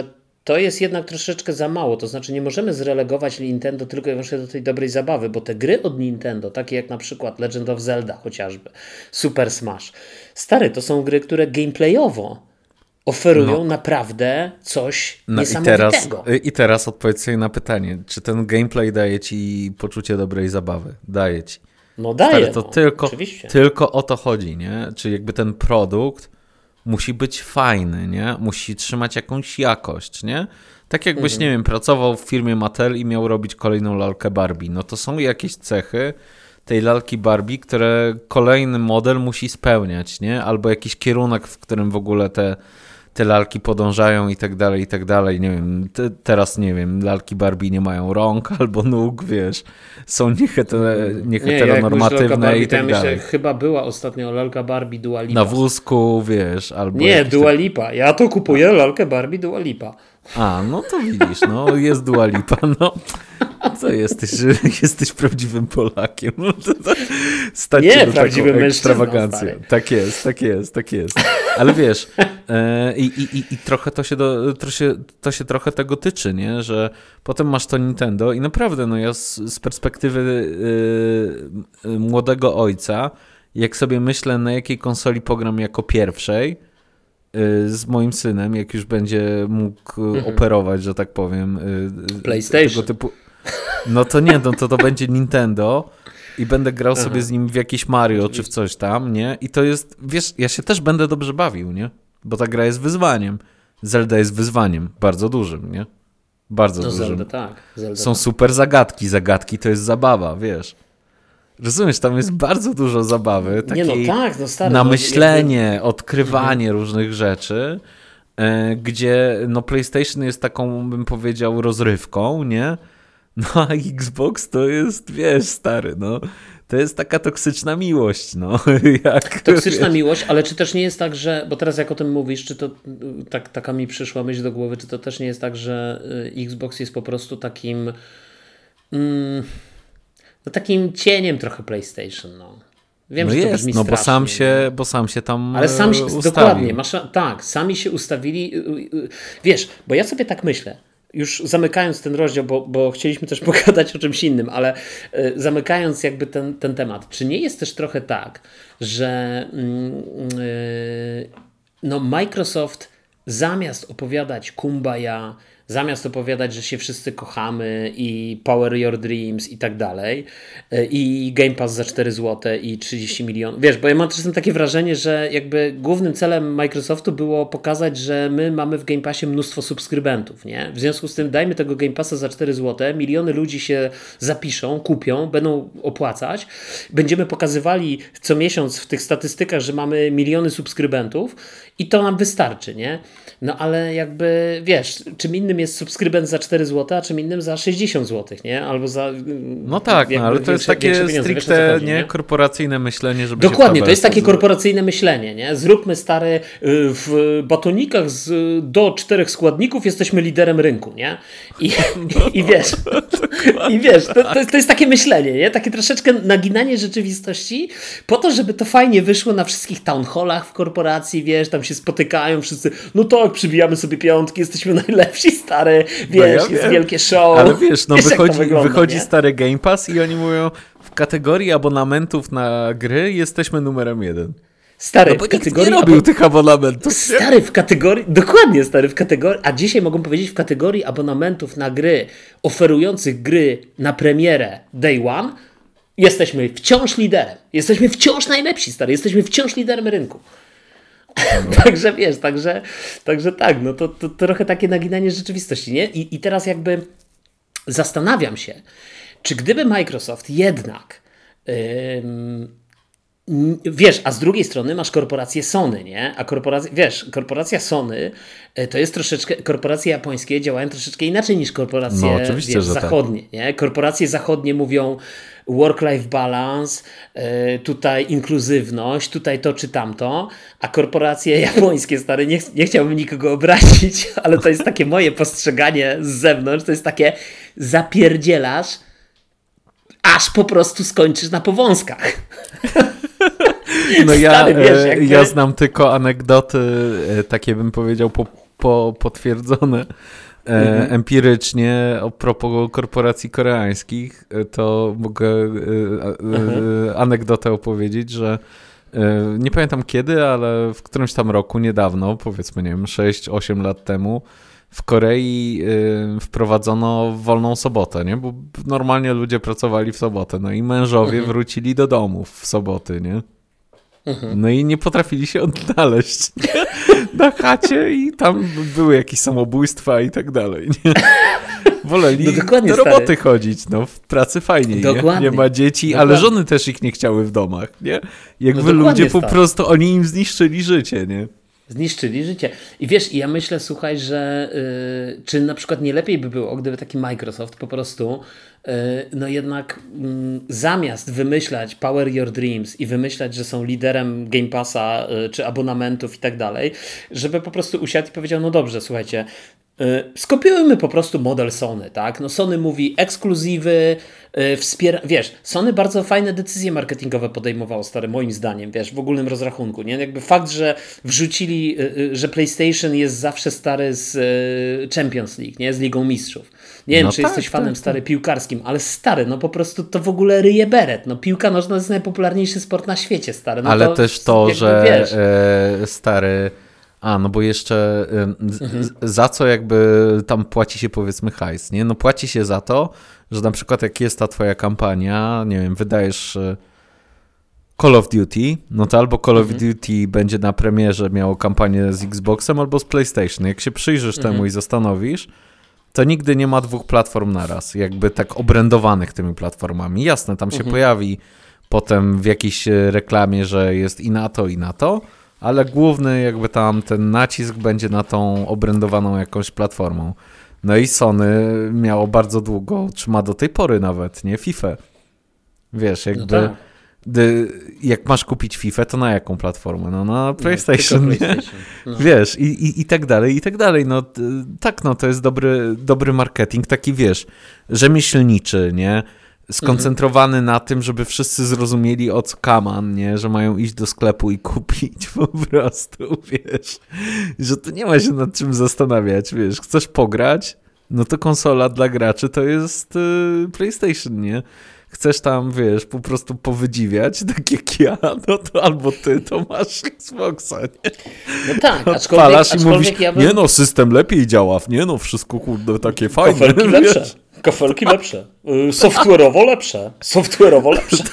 to jest jednak troszeczkę za mało. To znaczy nie możemy zrelegować Nintendo tylko i wyłącznie do tej dobrej zabawy, bo te gry od Nintendo, takie jak na przykład Legend of Zelda chociażby, Super Smash, stary, to są gry, które gameplayowo oferują no. naprawdę coś no niesamowitego. I teraz, I teraz odpowiedz sobie na pytanie, czy ten gameplay daje ci poczucie dobrej zabawy? Daje ci. No daje, stary, to no, tylko, oczywiście. tylko o to chodzi, nie? Czy jakby ten produkt musi być fajny, nie? Musi trzymać jakąś jakość, nie? Tak jakbyś, mhm. nie wiem, pracował w firmie Mattel i miał robić kolejną lalkę Barbie. No to są jakieś cechy tej lalki Barbie, które kolejny model musi spełniać, nie? Albo jakiś kierunek, w którym w ogóle te, te lalki podążają i tak dalej, i tak dalej. Nie wiem, te, teraz, nie wiem, lalki Barbie nie mają rąk albo nóg, wiesz, są nieheter- nieheteronormatywne nie, i tak myślę, dalej. Chyba była ostatnio lalka Barbie Dua Lipa. Na wózku, wiesz, albo... Nie, Dua Lipa. Ja to kupuję lalkę Barbie Dua Lipa. A, no to widzisz, no jest Dua Lipa, no. Co jesteś, że jesteś prawdziwym Polakiem. No to, to stać nie, do prawdziwym taką ekstrawagancję. Tak jest, tak jest, tak jest. Ale wiesz, e, i, i, i trochę to się, do, to, się, to się trochę tego tyczy, nie? Że potem masz to Nintendo i naprawdę, no ja z, z perspektywy y, y, młodego ojca, jak sobie myślę, na jakiej konsoli pogram jako pierwszej, z moim synem, jak już będzie mógł mhm. operować, że tak powiem. PlayStation. Tego typu... No to nie, no to to będzie Nintendo i będę grał Aha. sobie z nim w jakieś Mario czy w coś tam, nie? I to jest, wiesz, ja się też będę dobrze bawił, nie? Bo ta gra jest wyzwaniem. Zelda jest wyzwaniem, bardzo dużym, nie? Bardzo no, dużym. Zelda, tak. Zelda, Są tak. super zagadki. Zagadki to jest zabawa, wiesz. Rozumiesz, tam jest bardzo dużo zabawy, takiej nie no tak, no stary, na myślenie, jakby... odkrywanie mhm. różnych rzeczy, e, gdzie no PlayStation jest taką, bym powiedział, rozrywką, nie? No a Xbox to jest, wiesz, stary, no, to jest taka toksyczna miłość, no. Jak, toksyczna wiesz... miłość, ale czy też nie jest tak, że, bo teraz jak o tym mówisz, czy to tak, taka mi przyszła myśl do głowy, czy to też nie jest tak, że Xbox jest po prostu takim... Mm, No takim cieniem trochę PlayStation, no. Wiem, no że to jest, brzmi no strasznie, bo sam się, bo sam się tam ale sam się, ustawił. dokładnie, masz, tak, sami się ustawili. Wiesz, bo ja sobie tak myślę, już zamykając ten rozdział, bo, bo chcieliśmy też pogadać o czymś innym, ale y, zamykając jakby ten, ten temat, czy nie jest też trochę tak, że y, no Microsoft zamiast opowiadać kumbaya, zamiast opowiadać, że się wszyscy kochamy i Power Your Dreams i tak dalej, i Game Pass za cztery złote i trzydzieści milionów. Wiesz, bo ja mam czasem takie wrażenie, że jakby głównym celem Microsoftu było pokazać, że my mamy w Game Passie mnóstwo subskrybentów, nie? W związku z tym dajmy tego Game Passa za cztery złote, miliony ludzi się zapiszą, kupią, będą opłacać, będziemy pokazywali co miesiąc w tych statystykach, że mamy miliony subskrybentów i to nam wystarczy, nie? No ale jakby, wiesz, czym innym jest subskrybent za cztery złote, a czym innym za sześćdziesiąt złotych, nie? Albo za... No tak, no, ale to jest takie stricte chodzi, nie? korporacyjne myślenie, żeby Dokładnie, się to jest takie z... korporacyjne myślenie, nie? Zróbmy stary, w batonikach z, do czterech składników jesteśmy liderem rynku, nie? I, no, i, i wiesz, i wiesz, to, to, jest, to jest takie myślenie, nie? Takie troszeczkę naginanie rzeczywistości po to, żeby to fajnie wyszło na wszystkich town hallach w korporacji, wiesz, tam się spotykają wszyscy, no tak, przybijamy sobie piątki, jesteśmy najlepsi, stary, wiesz, no ja jest wielkie show. Ale wiesz, no wiesz, wychodzi, wygląda, wychodzi stary Game Pass i oni mówią, w kategorii abonamentów na gry jesteśmy numerem jeden. Stary, no bo w kategorii... nie robił abo... tych abonamentów. Stary, w kategorii... Dokładnie, stary, w kategorii... A dzisiaj mogą powiedzieć w kategorii abonamentów na gry oferujących gry na premierę Day One jesteśmy wciąż liderem. Jesteśmy wciąż najlepsi, stary. Jesteśmy wciąż liderem rynku. No. Także wiesz, także, także tak, no to, to, to trochę takie naginanie rzeczywistości, nie? I, i teraz jakby zastanawiam się, czy gdyby Microsoft jednak ym, wiesz, a z drugiej strony masz korporację Sony, nie? A korporacja, wiesz, korporacja Sony to jest troszeczkę, korporacje japońskie działają troszeczkę inaczej niż korporacje no, oczywiście, wiesz, że zachodnie, tak. nie? Korporacje zachodnie mówią work-life balance, tutaj inkluzywność, tutaj to czy tamto, a korporacje japońskie, stare, nie, nie chciałbym nikogo obrazić, ale to jest takie moje postrzeganie z zewnątrz, to jest takie zapierdzielasz, aż po prostu skończysz na powązkach. No ja, Stary, wiesz, jakby... ja znam tylko anegdoty, takie bym powiedział po, po, potwierdzone E, empirycznie, a propos korporacji koreańskich, to mogę e, e, anegdotę opowiedzieć, że e, nie pamiętam kiedy, ale w którymś tam roku, niedawno, powiedzmy, nie wiem, sześć osiem lat temu, w Korei y, wprowadzono wolną sobotę, nie? Bo normalnie ludzie pracowali w sobotę, no i mężowie mhm. wrócili do domów w soboty, nie? Mhm. No i nie potrafili się odnaleźć na chacie i tam były jakieś samobójstwa i tak dalej, nie? Woleli no do roboty stary. chodzić, no w pracy fajnie, nie? Nie ma dzieci, dokładnie. Ale żony też ich nie chciały w domach, nie? Jakby no ludzie po stary. prostu, oni im zniszczyli życie, nie? Zniszczyli życie. I wiesz, ja myślę, słuchaj, że yy, czy na przykład nie lepiej by było, gdyby taki Microsoft po prostu yy, no jednak yy, zamiast wymyślać Power Your Dreams i wymyślać, że są liderem Game Passa yy, czy abonamentów i tak dalej, żeby po prostu usiadł i powiedział, no dobrze, słuchajcie, Yy, skopiujmy po prostu model Sony, tak? No Sony mówi ekskluzywy, yy, wspiera... Wiesz, Sony bardzo fajne decyzje marketingowe podejmowało, stary, moim zdaniem, wiesz, w ogólnym rozrachunku, nie? Jakby fakt, że wrzucili, yy, że PlayStation jest zawsze stary z yy, Champions League, nie? Z Ligą Mistrzów. Nie wiem, no czy tak, jesteś fanem tak, stary tak. piłkarskim, ale stary, no po prostu to w ogóle ryje beret. No piłka nożna to jest najpopularniejszy sport na świecie, stary. No ale to, też to, jakby, że wiesz, e, stary... A, no bo jeszcze z, mhm. za co jakby tam płaci się powiedzmy hajs, nie? No płaci się za to, że na przykład jak jest ta twoja kampania, nie wiem, wydajesz Call of Duty, no to albo Call mhm. of Duty będzie na premierze miało kampanię z Xboxem albo z PlayStation. Jak się przyjrzysz mhm. temu i zastanowisz, to nigdy nie ma dwóch platform naraz, jakby tak obrędowanych tymi platformami. Jasne, tam się mhm. pojawi potem w jakiejś reklamie, że jest i na to, i na to, ale główny jakby tam ten nacisk będzie na tą obrędowaną jakąś platformą. No i Sony miało bardzo długo, czy ma do tej pory nawet, nie? FIFA. Wiesz, jakby no tak. dy, jak masz kupić FIFA, to na jaką platformę? No na PlayStation, no, PlayStation. No. Wiesz, i, i, i tak dalej, i tak dalej. No tak, no to jest dobry, dobry marketing, taki wiesz, rzemieślniczy, nie? Skoncentrowany mhm. na tym, żeby wszyscy zrozumieli o co kaman, nie? Że mają iść do sklepu i kupić po prostu, wiesz, że to nie ma się nad czym zastanawiać, wiesz, chcesz pograć, no to konsola dla graczy to jest yy, PlayStation, nie? Chcesz tam, wiesz, po prostu powydziwiać, tak jak ja, no to albo ty, to masz Xboxa, nie? No tak, aczkolwiek, aczkolwiek i mówisz, ja bym... nie no, system lepiej działa, nie no, wszystko kurde takie fajne. Kafelki lepsze, kafelki lepsze, software'owo lepsze, software'owo lepsze.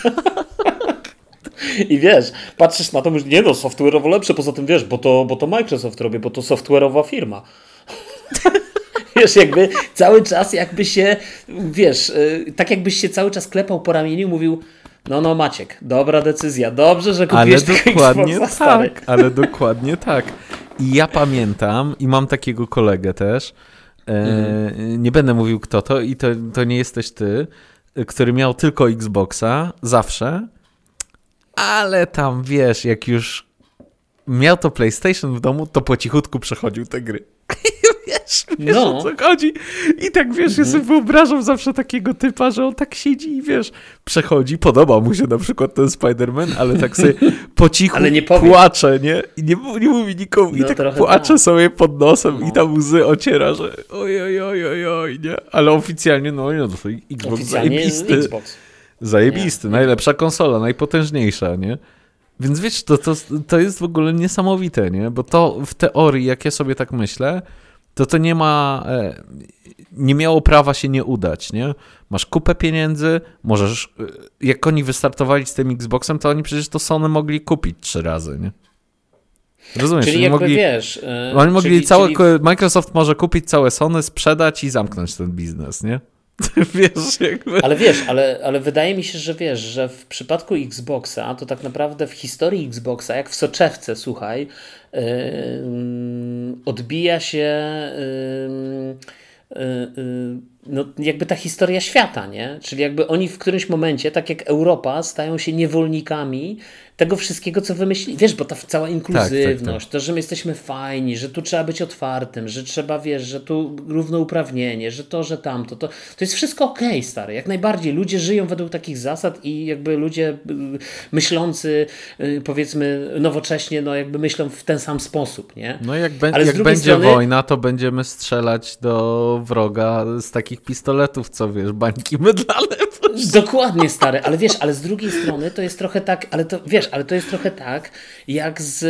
I wiesz, patrzysz na to, mówisz, nie no, software'owo lepsze, poza tym wiesz, bo to, bo to Microsoft robi, bo to software'owa firma. Wiesz, jakby cały czas jakby się, wiesz, tak jakbyś się cały czas klepał po ramieniu i mówił, no, no Maciek, dobra decyzja, dobrze, że kupiłeś tego Xboxa, stary. Tak, ale dokładnie tak. I ja pamiętam i mam takiego kolegę też, e, mm. nie będę mówił kto to i to, to nie jesteś ty, który miał tylko Xboxa, zawsze, ale tam wiesz, jak już miał to PlayStation w domu, to po cichutku przechodził te gry. Wiesz, wiesz no. o co chodzi. I tak wiesz, mhm. ja sobie wyobrażam zawsze takiego typa, że on tak siedzi i wiesz, przechodzi, podoba mu się na przykład ten Spider-Man, ale tak sobie po cichu nie płacze, nie? I nie, nie mówi nikomu. I no, tak płacze tak. sobie pod nosem no. i tam łzy ociera, że oj, oj, oj, oj, oj, nie? Ale oficjalnie, no, no to Xbox zajebisty. Xbox. Zajebisty, nie, najlepsza konsola, najpotężniejsza, nie? Więc wiesz, to, to, to jest w ogóle niesamowite, nie? Bo to w teorii, jak ja sobie tak myślę, to to nie ma, nie miało prawa się nie udać, nie? Masz kupę pieniędzy, możesz, jak oni wystartowali z tym Xboxem, to oni przecież to Sony mogli kupić trzy razy, nie? Rozumiesz? Czyli jakby mogli, wiesz... Yy, oni mogli czyli, całe, czyli... Microsoft może kupić całe Sony, sprzedać i zamknąć ten biznes, nie? Wiesz, jakby... Ale wiesz, ale, ale wydaje mi się, że wiesz, że w przypadku Xboxa, to tak naprawdę w historii Xboxa, jak w soczewce, słuchaj, yy, odbija się yy, yy, no, jakby ta historia świata, nie? Czyli jakby oni w którymś momencie, tak jak Europa, stają się niewolnikami tego wszystkiego, co wymyślili. Wiesz, bo ta cała inkluzywność, tak, tak, tak. to, że my jesteśmy fajni, że tu trzeba być otwartym, że trzeba, wiesz, że tu równouprawnienie, że to, że tamto, to, to jest wszystko okej, okay, stary. Jak najbardziej. Ludzie żyją według takich zasad i jakby ludzie myślący, powiedzmy, nowocześnie, no jakby myślą w ten sam sposób, nie? No jak, be- jak będzie strony... wojna, to będziemy strzelać do wroga z takich pistoletów, co wiesz, bańki mydlane. Dokładnie, stary, ale wiesz, ale z drugiej strony to jest trochę tak, ale to wiesz, ale to jest trochę tak, jak z,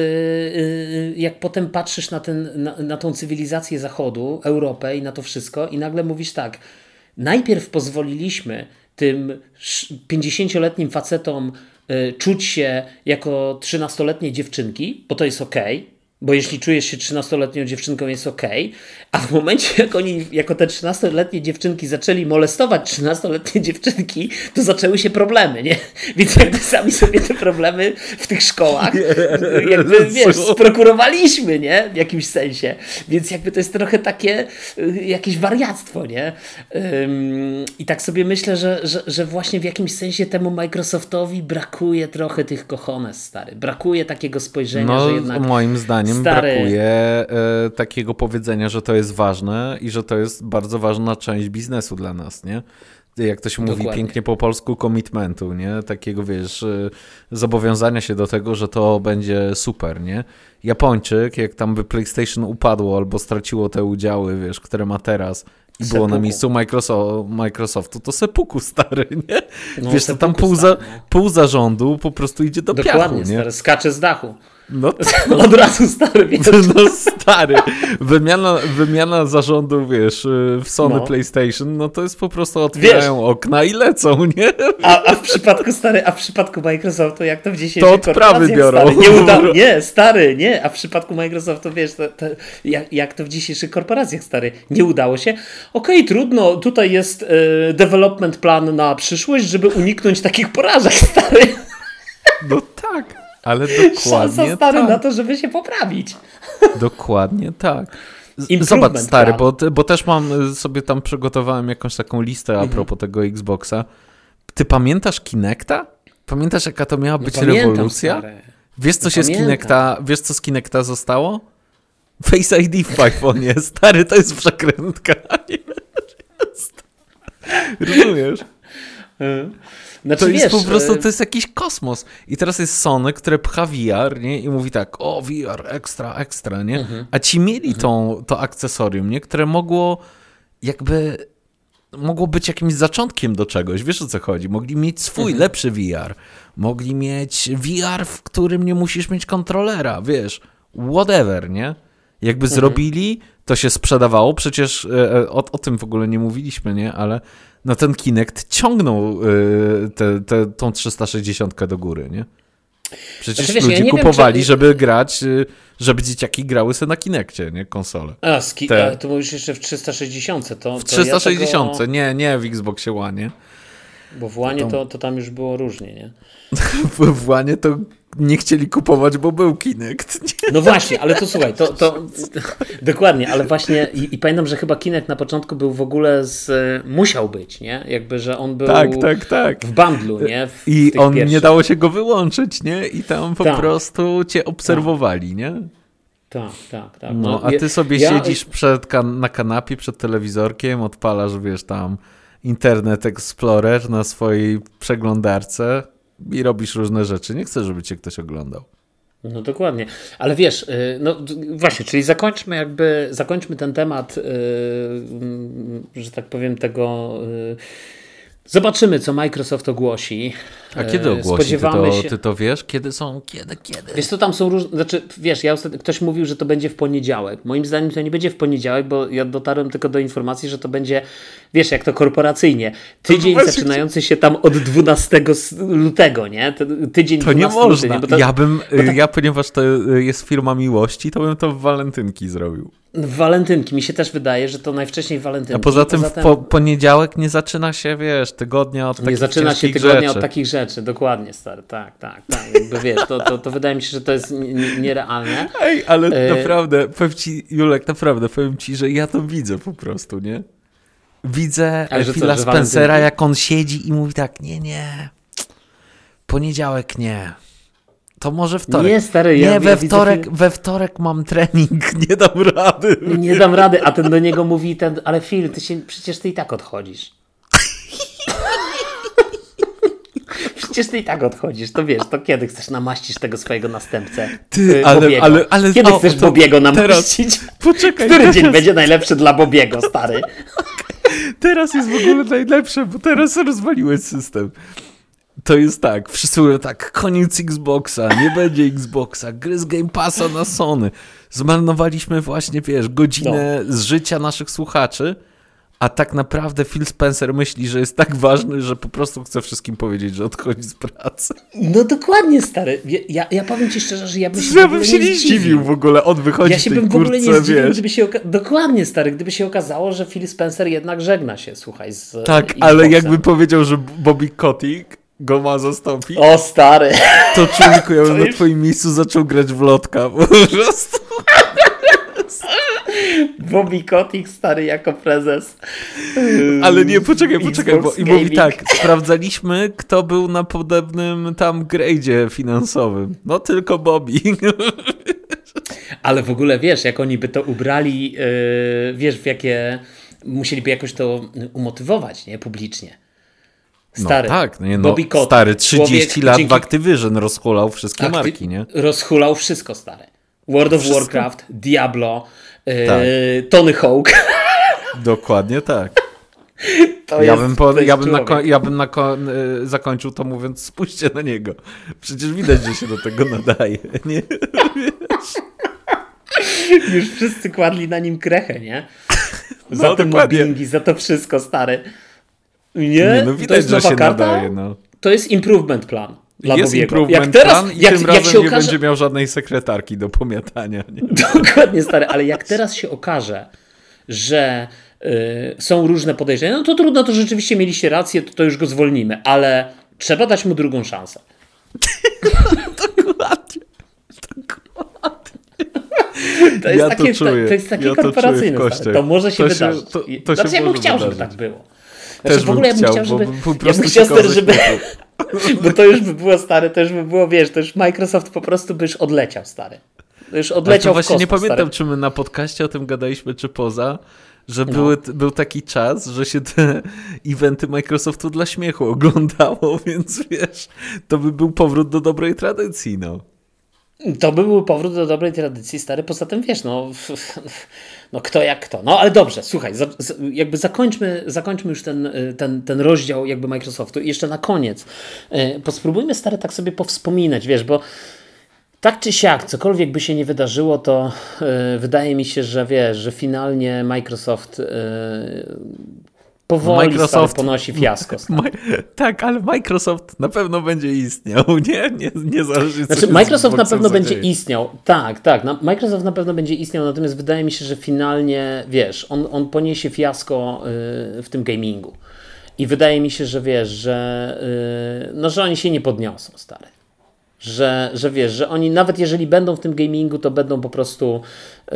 jak potem patrzysz na, ten, na, na tą cywilizację Zachodu, Europę i na to wszystko i nagle mówisz tak, najpierw pozwoliliśmy tym pięćdziesięcioletnim facetom y, czuć się jako trzynastoletnie dziewczynki, bo to jest okej, okay. Bo jeśli czujesz się trzynastoletnią dziewczynką, jest okej, okay. A w momencie, jak oni jako te trzynastoletnie dziewczynki zaczęli molestować trzynastoletnie dziewczynki, to zaczęły się problemy, nie? Więc jakby sami sobie te problemy w tych szkołach jakby, wiesz, sprokurowaliśmy, nie? W jakimś sensie. Więc jakby to jest trochę takie jakieś wariactwo, nie? Ym, I tak sobie myślę, że, że, że właśnie w jakimś sensie temu Microsoftowi brakuje trochę tych cojones, stary. Brakuje takiego spojrzenia, no, że jednak... moim zdaniem Stary. brakuje e, takiego powiedzenia, że to jest ważne i że to jest bardzo ważna część biznesu dla nas, nie? Jak to się mówi Dokładnie. pięknie po polsku, commitmentu, nie? Takiego, wiesz, e, zobowiązania się do tego, że to będzie super, nie? Japończyk, jak tam by PlayStation upadło albo straciło te udziały, wiesz, które ma teraz i było na miejscu Microsoft, Microsoftu, to sepuku, stary, nie? No, wiesz, to tam pół, za, pół zarządu po prostu idzie do Dokładnie, piachu, nie? Stary, skacze z dachu. No, Od razu, stary. Wiesz. No stary, wymiana, wymiana zarządu, wiesz, w Sony no. PlayStation, no to jest po prostu otwierają wiesz, okna i lecą, nie? A, a w przypadku, stary, a w przypadku Microsoftu, jak to w dzisiejszych to odprawy biorą. Stary, nie, uda, nie, stary, nie, a w przypadku Microsoftu, wiesz, to, to, jak, jak to w dzisiejszych korporacjach, stary, nie udało się. Okej, okay, trudno, tutaj jest e, development plan na przyszłość, żeby uniknąć takich porażek, stary. No tak. Ale dokładnie Szansa, stary, tak. na to, żeby się poprawić. Dokładnie tak. Z- Zobacz, stary, bo, bo też mam sobie tam przygotowałem jakąś taką listę a propos mhm. tego Xboxa. Ty pamiętasz Kinecta? Pamiętasz, jaka to miała być no, pamiętam, rewolucja? Stary. Wiesz, co no, się z Kinecta, wiesz, co z Kinecta zostało? Face I D w iPhone'ie. Stary, to jest przekrętka. Rozumiesz? Znaczy, to jest wiesz, po prostu, to jest jakiś kosmos. I teraz jest Sony, które pcha V R, nie? I mówi tak, o V R, ekstra, ekstra, nie? Mhm. A ci mieli mhm. tą, to akcesorium, nie? Które mogło jakby, mogło być jakimś zaczątkiem do czegoś. Wiesz, o co chodzi? Mogli mieć swój mhm. lepszy V R. Mogli mieć V R, w którym nie musisz mieć kontrolera, wiesz? Whatever, nie? Jakby mhm. zrobili, to się sprzedawało. Przecież e, o, o tym w ogóle nie mówiliśmy, nie? Ale no ten Kinect ciągnął y, te, te, tą trzysta sześćdziesiąt do góry, nie? Przecież znaczy, wiesz, ludzie ja kupowali, wiem, czy... żeby grać, y, żeby dzieciaki grały sobie na Kinekcie, nie? Konsole. A, ski... te... A to mówisz jeszcze w trzysta sześćdziesiąt. To, to w trzysta sześćdziesiąt, ja tego... nie, nie w Xboxie One. Bo w Łanie to, to tam już było różnie, nie? w, w Łanie to nie chcieli kupować, bo był Kinect. Nie? No właśnie, ale to słuchaj, to, to dokładnie, ale właśnie i, i pamiętam, że chyba Kinect na początku był w ogóle z, musiał być, nie? Jakby, że on był tak, tak, tak. w bundlu, nie? W, I w tych on pierwszych. Nie dało się go wyłączyć, nie? I tam po tak. prostu cię obserwowali, tak. nie? Tak, tak, tak. No, a ty sobie ja... siedzisz przed kan- na kanapie, przed telewizorkiem, odpalasz, wiesz, tam Internet Explorer na swojej przeglądarce i robisz różne rzeczy. Nie chcesz, żeby cię ktoś oglądał. No dokładnie. Ale wiesz, no właśnie, czyli zakończmy jakby, zakończmy ten temat, yy, że tak powiem, tego... Yy, zobaczymy, co Microsoft ogłosi. A kiedy ogłosi? Spodziewamy ty, to, się... ty to wiesz? Kiedy są? Kiedy? Kiedy? Wiesz, to tam są różne... Znaczy, wiesz, ja ostatnio, ktoś mówił, że to będzie w poniedziałek. Moim zdaniem to nie będzie w poniedziałek, bo ja dotarłem tylko do informacji, że to będzie, wiesz, jak to korporacyjnie. Tydzień no zaczynający się tam od dwunastego lutego, nie? Tydzień to nie można. Luty, nie? To, ja bym, to... ja ponieważ to jest firma miłości, to bym to w walentynki zrobił. W walentynki. Mi się też wydaje, że to najwcześniej w walentynki. A poza tym poza w po, poniedziałek nie zaczyna się, wiesz, tygodnia od takich Nie zaczyna się tygodnia rzeczy. od takich rzeczy, dokładnie, stary. Tak, tak, tak. Jakby wiesz, to, to, to wydaje mi się, że to jest nierealne. Ej, ale e... naprawdę, powiem ci, Julek, naprawdę, powiem ci, że ja to widzę po prostu, nie? widzę Ale że Phila co, że Spencera, walentynki? jak on siedzi i mówi tak, nie, nie, poniedziałek nie. To może wtorek. Nie, stary, nie, ja, we, ja widzę wtorek, film- we wtorek mam trening, nie dam rady. Nie dam rady, a ten do niego mówi, ten, ale Phil, ty się, przecież ty i tak odchodzisz. Przecież ty i tak odchodzisz, to wiesz, to kiedy chcesz namaścić tego swojego następcę? Ty, y, ale- Bobiego? ale- ale- Kiedy o, chcesz to Bobiego teraz- namaścić? Poczekaj, Który teraz, dzień będzie najlepszy dla Bobiego, stary? teraz jest w ogóle najlepsze, bo teraz rozwaliłeś system. To jest tak, wszyscy mówią tak, koniec Xboxa, nie będzie Xboxa, gry z Game Passa na Sony. Zmarnowaliśmy właśnie, wiesz, godzinę No. z życia naszych słuchaczy, a tak naprawdę Phil Spencer myśli, że jest tak ważny, że po prostu chce wszystkim powiedzieć, że odchodzi z pracy. No dokładnie, stary. Ja, ja powiem ci szczerze, że ja bym się, w Ja ogóle bym się nie nie zdziwił. zdziwił w ogóle, on wychodzi Ja się w tej bym w ogóle nie kurtce, zdziwił, wiesz. gdyby się oka- dokładnie, stary, gdyby się okazało, że Phil Spencer jednak żegna się, słuchaj, z Tak, Xboxem. ale jakby powiedział, że Bobby Kotick go ma zastąpić, O, stary. to człowieku, ja bym na już- twoim miejscu zaczął grać w lotka, po prostu. Bobby Kotick, stary, jako prezes. Ale nie, poczekaj, poczekaj, bo Xbox i mówi Gaming. tak, sprawdzaliśmy, kto był na podobnym tam grade'zie finansowym. No tylko Bobby. Ale w ogóle wiesz, jak oni by to ubrali, yy, wiesz, w jakie musieliby jakoś to umotywować, nie, publicznie. Stary, No tak, nie, no, Bobby Kotick, stary, trzydzieści człowiek lat dzięki- w Activision rozchulał wszystkie Akty- marki, nie? Rozhulał wszystko, stary. World of Wszystko. Warcraft, Diablo, yy, Tak. Tony Hawk. Dokładnie tak. To Ja jest, bym, po, to jest ja bym, na, człowiek. ko- ja bym na ko- y, zakończył to mówiąc, spójrzcie na niego. Przecież widać, że się do tego nadaje, nie? Już wszyscy kładli na nim krechę, nie? Za No, te dokładnie. mobbingi, za to wszystko, stary. Nie, Nie, no to widać, jest że nowa się karta? nadaje, no. To jest improvement plan dla Jest Bobiego. improvement Jak teraz, plan i jak, tym jak razem się nie okaże, będzie miał żadnej sekretarki do pomiatania, nie? dokładnie, stary, ale jak teraz się okaże, że y, są różne podejrzenia, no to trudno, to rzeczywiście mieliście rację, to, to już go zwolnimy, ale trzeba dać mu drugą szansę. Dokładnie. To jest Ja to takie, czuję. to jest takie Ja to czuję w korporacyjne, kościach. stary. To może się To się- wydarzyć. to- I- to się znaczy, ja bym może chciał, żeby wydarzyć. tak było. Znaczy, Też w ogóle ja bym bym chciał, chciał, bo żeby... bym po Ja prostu bym chciał, szukał stary, żeby... zespołu. Bo to już by było, stary, to już by było, wiesz, to już Microsoft po prostu by już odleciał, stary. To już Ale odleciał to właśnie w kosmos, nie pamiętam, stary. czy my na podcaście o tym gadaliśmy, czy poza, że No. były, był taki czas, że się te eventy Microsoftu dla śmiechu oglądało, więc wiesz, to by był powrót do dobrej tradycji, no. To by był powrót do dobrej tradycji, stary. Poza tym, wiesz, no, no kto jak kto. No ale dobrze, słuchaj, za, za, jakby zakończmy, zakończmy już ten, ten, ten rozdział jakby Microsoftu i jeszcze na koniec y, pospróbujmy, stary, tak sobie powspominać, wiesz, bo tak czy siak, cokolwiek by się nie wydarzyło, to y, wydaje mi się, że wiesz, że finalnie Microsoft y, powoli Microsoft- stary, ponosi fiasko. Stary. Ma- tak, ale Microsoft na pewno będzie istniał, nie? Nie, niezależnie co Znaczy, się z Microsoft na Xboxem pewno będzie zadzieje. istniał. Tak, tak. Na, Microsoft na pewno będzie istniał, natomiast wydaje mi się, że finalnie, wiesz, on, on poniesie fiasko y, w tym gamingu. I wydaje mi się, że wiesz, że, y, no, że oni się nie podniosą, stary. Że, że wiesz, że oni nawet jeżeli będą w tym gamingu, to będą po prostu yy,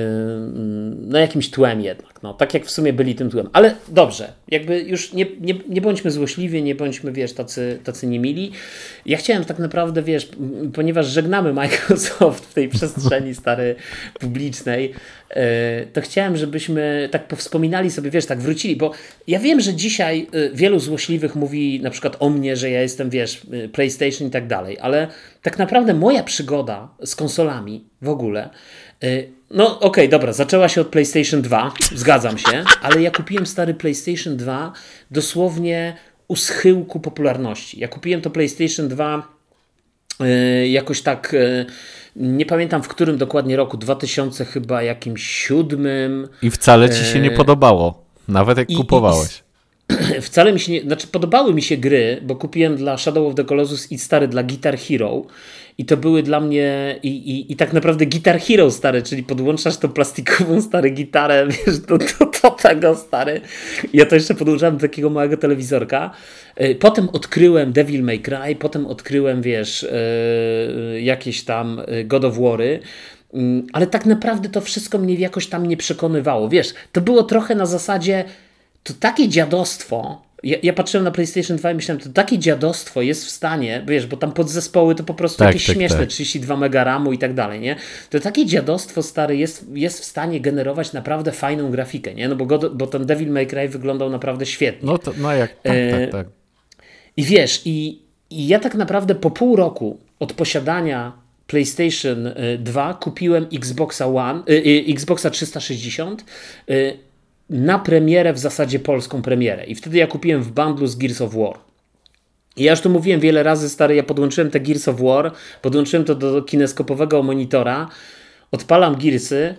no jakimś tłem jednak. No, tak jak w sumie byli tym tłem. Ale dobrze, jakby już nie, nie, nie bądźmy złośliwi, nie bądźmy, wiesz, tacy, tacy niemili. Ja chciałem tak naprawdę, wiesz, m, ponieważ żegnamy Microsoft w tej przestrzeni stary publicznej, yy, to chciałem, żebyśmy tak powspominali sobie, wiesz, tak wrócili, bo ja wiem, że dzisiaj yy, wielu złośliwych mówi na przykład o mnie, że ja jestem, wiesz, yy, PlayStation i tak dalej, ale tak naprawdę moja przygoda z konsolami w ogóle, yy, no okej, okay, dobra, zaczęła się od PlayStation dwa, zgadzam się, ale ja kupiłem stary PlayStation dwa dosłownie u schyłku popularności. Ja kupiłem to PlayStation dwa yy, jakoś tak, yy, nie pamiętam w którym dokładnie roku, dwa tysiące chyba jakimś siódmym. I wcale ci się nie Yy, podobało, nawet jak i- kupowałeś. Wcale mi się nie, znaczy podobały mi się gry, bo kupiłem dla Shadow of the Colossus i stary dla Guitar Hero i to były dla mnie i, i, i tak naprawdę Guitar Hero stary, czyli podłączasz tą plastikową stary gitarę, wiesz, do, do, do tego stary. Ja to jeszcze podłączałem do takiego małego telewizorka. Yy, Potem odkryłem Devil May Cry, potem odkryłem, wiesz, yy, jakieś tam God of War'y. Ale tak naprawdę to wszystko mnie jakoś tam nie przekonywało. Wiesz, to było trochę na zasadzie to takie dziadostwo, ja, ja patrzyłem na PlayStation dwa i myślałem, to takie dziadostwo jest w stanie, wiesz, bo tam podzespoły to po prostu tak, jakieś tak, śmieszne, tak. trzydzieści dwa mega ramu i tak dalej, nie? To takie dziadostwo, stary, jest, jest w stanie generować naprawdę fajną grafikę, nie? No bo, go, bo ten Devil May Cry wyglądał naprawdę świetnie. No, to, no jak, tak, e, tak, tak. I wiesz, i, i ja tak naprawdę po pół roku od posiadania PlayStation dwa kupiłem Xboxa One, y, Xboxa trzysta sześćdziesiąt y, na premierę, w zasadzie polską premierę. I wtedy ja kupiłem w bundlu z Gears of War. I ja już to mówiłem wiele razy, stary, ja podłączyłem te Gears of War, podłączyłem to do kineskopowego monitora, odpalam Gearsy,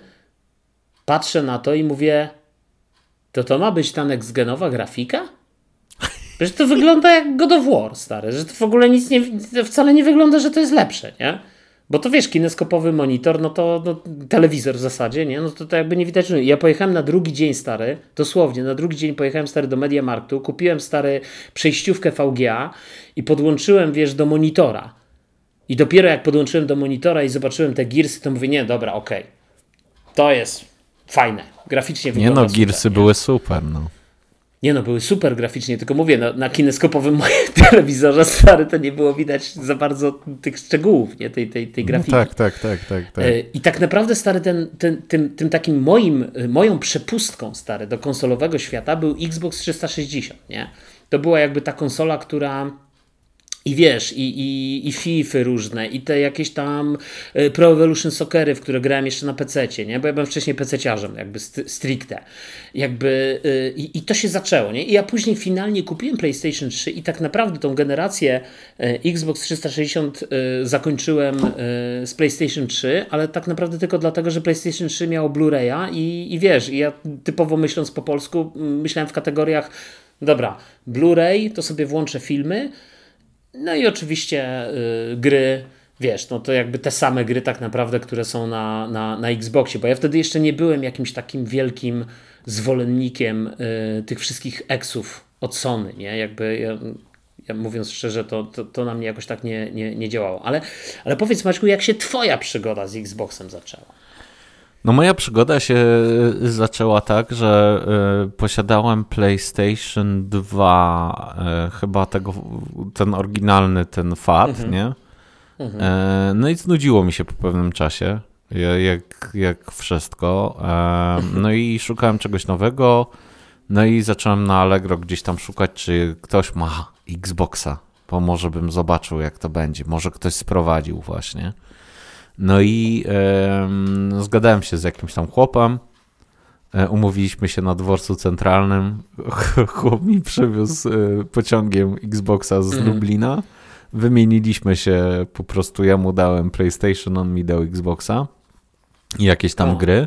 patrzę na to i mówię, to to ma być ta next-genowa grafika? Że to wygląda jak God of War, stary, że to w ogóle nic nie, wcale nie wygląda, że to jest lepsze, nie? Bo to wiesz, kineskopowy monitor, no to no, telewizor w zasadzie, nie? No to, to jakby nie widać. Ja pojechałem na drugi dzień, stary, dosłownie, na drugi dzień pojechałem, stary, do Mediamarktu, kupiłem, stary, przejściówkę V G A i podłączyłem, wiesz, do monitora. I dopiero jak podłączyłem do monitora i zobaczyłem te Gearsy, to mówię, nie, dobra, okej, okay. To jest fajne, graficznie wygląda Nie no, super, Gearsy nie? były super, no. Nie no, były super graficznie, tylko mówię, no, na kineskopowym moim telewizorze, stary, to nie było widać za bardzo tych szczegółów, nie, tej, tej, tej grafiki. No tak, tak, tak, tak, tak. I tak naprawdę, stary, ten, ten, tym, tym takim moim, moją przepustką, stary, do konsolowego świata był Xbox trzysta sześćdziesiąt, nie? To była jakby ta konsola, która... I wiesz, i, i, i fify różne, i te jakieś tam Pro Evolution Soccery, w które grałem jeszcze na pececie, nie? Bo ja byłem wcześniej pececiarzem, jakby stricte. Jakby, yy, i to się zaczęło, nie? I ja później finalnie kupiłem PlayStation trzy i tak naprawdę tą generację yy, Xbox trzysta sześćdziesiąt yy, zakończyłem yy, z PlayStation trzy, ale tak naprawdę tylko dlatego, że PlayStation trzy miało Blu-raya i, i wiesz, i ja typowo myśląc po polsku, myślałem w kategoriach, dobra, Blu-ray, to sobie włączę filmy, no i oczywiście y, gry, wiesz, no to jakby te same gry tak naprawdę, które są na, na, na Xboxie, bo ja wtedy jeszcze nie byłem jakimś takim wielkim zwolennikiem y, tych wszystkich eksów od Sony, nie? Jakby ja, ja mówiąc szczerze, to, to, to na mnie jakoś tak nie, nie, nie działało. Ale, ale powiedz, Maćku, jak się twoja przygoda z Xboxem zaczęła? No moja przygoda się zaczęła tak, że y, posiadałem PlayStation dwa, y, chyba tego, ten oryginalny, ten F A T, mhm. nie? Mhm. E, no i znudziło mi się po pewnym czasie, jak, jak wszystko. E, no i szukałem czegoś nowego, no i zacząłem na Allegro gdzieś tam szukać, czy ktoś ma Xboxa, bo może bym zobaczył, jak to będzie. Może ktoś sprowadził właśnie. No i e, zgadałem się z jakimś tam chłopem, e, umówiliśmy się na dworcu centralnym, chłop mi przywiózł e, pociągiem Xboxa z mm. Lublina, wymieniliśmy się, po prostu ja mu dałem PlayStation, on mi dał Xboxa i jakieś tam o. gry.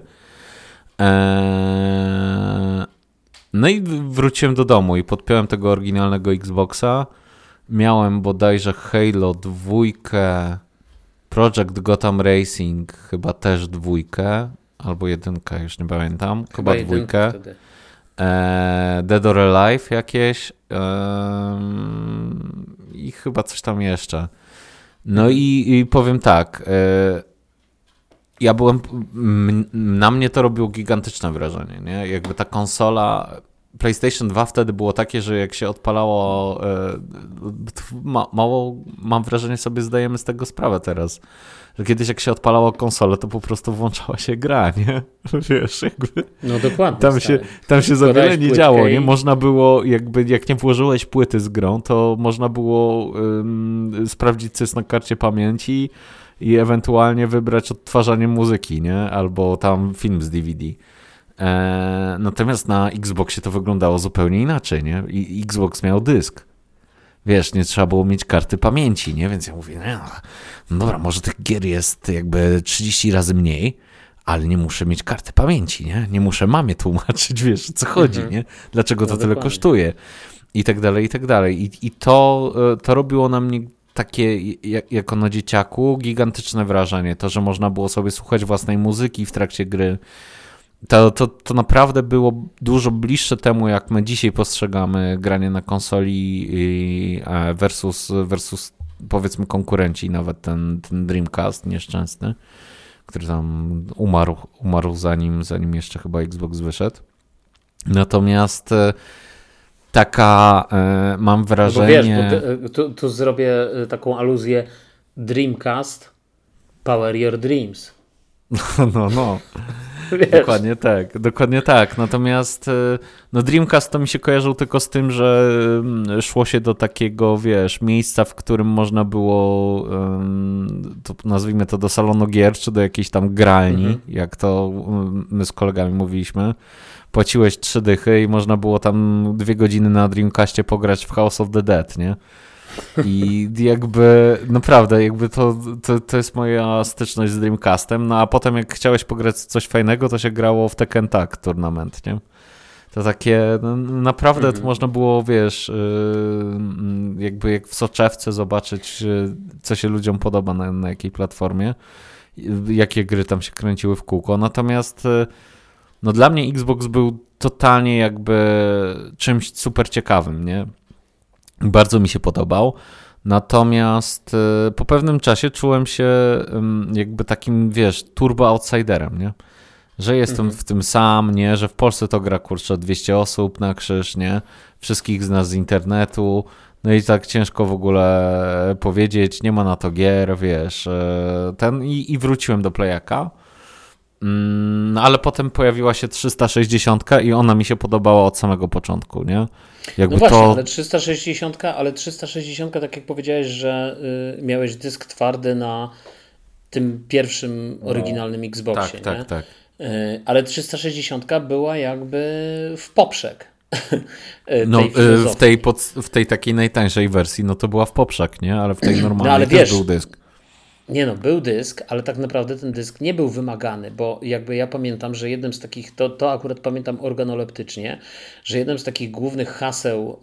E, no i wróciłem do domu i podpiąłem tego oryginalnego Xboxa, miałem bodajże Halo dwójkę, Project Gotham Racing, chyba też dwójkę, albo jedynkę, już nie pamiętam, chyba, chyba dwójkę. E, Dead or Alive jakieś e, i chyba coś tam jeszcze. No mhm. i, i powiem tak, e, ja byłem, m, na mnie to robiło gigantyczne wrażenie, nie? Jakby ta konsola... PlayStation dwa wtedy było takie, że jak się odpalało, e, ma, mało, mam wrażenie, sobie zdajemy z tego sprawę teraz, że kiedyś jak się odpalało konsolę, to po prostu włączała się gra, nie? Wiesz, jakby... No dokładnie. Tam się, tam się za wiele nie działo, nie? Można było, jakby jak nie włożyłeś płyty z grą, to można było um, sprawdzić, co jest na karcie pamięci i ewentualnie wybrać odtwarzanie muzyki, nie? Albo tam film z D V D. E, natomiast na Xboxie to wyglądało zupełnie inaczej, nie? I Xbox miał dysk. Wiesz, nie trzeba było mieć karty pamięci, nie? Więc ja mówię, no, no dobra, może tych gier jest jakby trzydzieści razy mniej, ale nie muszę mieć karty pamięci, nie? Nie muszę mamie tłumaczyć, wiesz, o co chodzi, mhm. nie? Dlaczego no to dokładnie. Tyle kosztuje i tak dalej, i tak dalej. I, i to, to robiło na mnie takie, jak, jako na dzieciaku, gigantyczne wrażenie. To, że można było sobie słuchać własnej muzyki w trakcie gry. To, to, to naprawdę było dużo bliższe temu, jak my dzisiaj postrzegamy granie na konsoli versus, versus powiedzmy konkurenci, nawet ten, ten Dreamcast nieszczęsny, który tam umarł, umarł zanim, zanim jeszcze chyba Xbox wyszedł. Natomiast taka e, mam wrażenie... No bo wiesz, bo tu, tu zrobię taką aluzję Dreamcast, Power Your Dreams. No, no. Wiesz. Dokładnie tak, dokładnie tak. Natomiast no Dreamcast to mi się kojarzył tylko z tym, że szło się do takiego, wiesz, miejsca, w którym można było, to nazwijmy to do salonu gier, czy do jakiejś tam gralni, mhm. jak to my z kolegami mówiliśmy. Płaciłeś trzy dychy i można było tam dwie godziny na Dreamcastie pograć w House of the Dead, nie? I jakby naprawdę, jakby to, to, to jest moja styczność z Dreamcastem, no a potem jak chciałeś pograć coś fajnego, to się grało w Tekken Tag Tournament, nie? To takie, no, naprawdę mhm. to można było, wiesz, yy, jakby jak w soczewce zobaczyć, yy, co się ludziom podoba na, na jakiej platformie, yy, jakie gry tam się kręciły w kółko, natomiast yy, no dla mnie Xbox był totalnie jakby czymś super ciekawym, nie? Bardzo mi się podobał, natomiast y, po pewnym czasie czułem się y, jakby takim, wiesz, turbo outsiderem, nie? Że jestem mhm. w tym sam, nie? Że w Polsce to gra, kurczę, dwieście osób na krzyż, nie? Wszystkich z nas z internetu, no i tak ciężko w ogóle powiedzieć, nie ma na to gier, wiesz, y, ten i, i wróciłem do Playaka. No ale potem pojawiła się trzysta sześćdziesiąt i ona mi się podobała od samego początku, nie? Jakby no właśnie, to... ale trzysta sześćdziesiąt, ale trzysta sześćdziesiąt, tak jak powiedziałeś, że y, miałeś dysk twardy na tym pierwszym oryginalnym no, Xboxie, tak, nie? tak, tak. Y, ale trzysta sześćdziesiąt była jakby w poprzek. No w tej, pod, w tej takiej najtańszej wersji, no to była w poprzek, nie? Ale w tej normalnej no, ale też wiesz, był dysk. Nie no, był dysk, ale tak naprawdę ten dysk nie był wymagany, bo jakby ja pamiętam, że jednym z takich, to, to akurat pamiętam organoleptycznie, że jednym z takich głównych haseł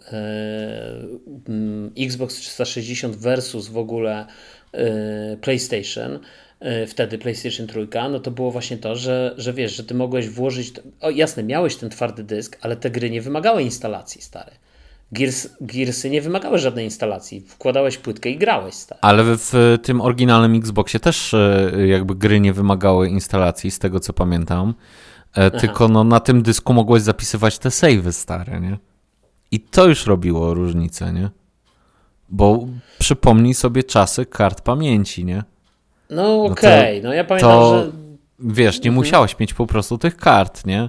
e, Xbox trzysta sześćdziesiąt versus w ogóle e, PlayStation, e, wtedy PlayStation trzy, no to było właśnie to, że, że wiesz, że ty mogłeś włożyć, o jasne, miałeś ten twardy dysk, ale te gry nie wymagały instalacji, stary. Gears, Gearsy nie wymagały żadnej instalacji. Wkładałeś płytkę i grałeś. Stary. Ale w tym oryginalnym Xboxie też jakby gry nie wymagały instalacji, z tego co pamiętam. Aha. Tylko no, na tym dysku mogłeś zapisywać te save'y stare, nie? I to już robiło różnicę, nie? Bo przypomnij sobie czasy kart pamięci, nie? No okej, okay. no, no ja pamiętam, to, że... Wiesz, nie mhm. musiałeś mieć po prostu tych kart, nie?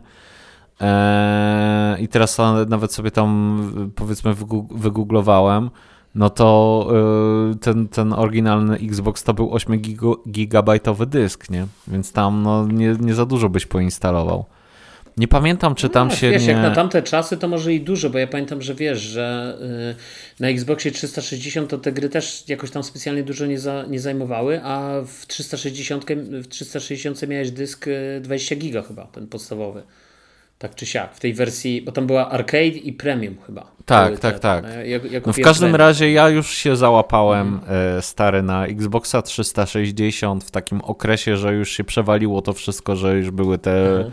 I teraz nawet sobie tam powiedzmy wygooglowałem, no to ten, ten oryginalny Xbox to był osiem gigabajtowy dysk, nie? Więc tam no, nie, nie za dużo byś poinstalował. Nie pamiętam, czy tam no, się wiesz, nie... jak na tamte czasy to może i dużo, bo ja pamiętam, że wiesz, że na Xboxie trzysta sześćdziesiąt to te gry też jakoś tam specjalnie dużo nie, za, nie zajmowały, a w trzysta sześćdziesiąt, w trzysta sześćdziesiąt miałeś dysk dwadzieścia giga chyba, ten podstawowy. Tak czy siak, w tej wersji, bo tam była Arcade i Premium chyba. Tak, tak, te, tak. Ja, ja no w każdym premium. razie ja już się załapałem mhm. stary na Xboxa trzysta sześćdziesiąt w takim okresie, że już się przewaliło to wszystko, że już były te mhm.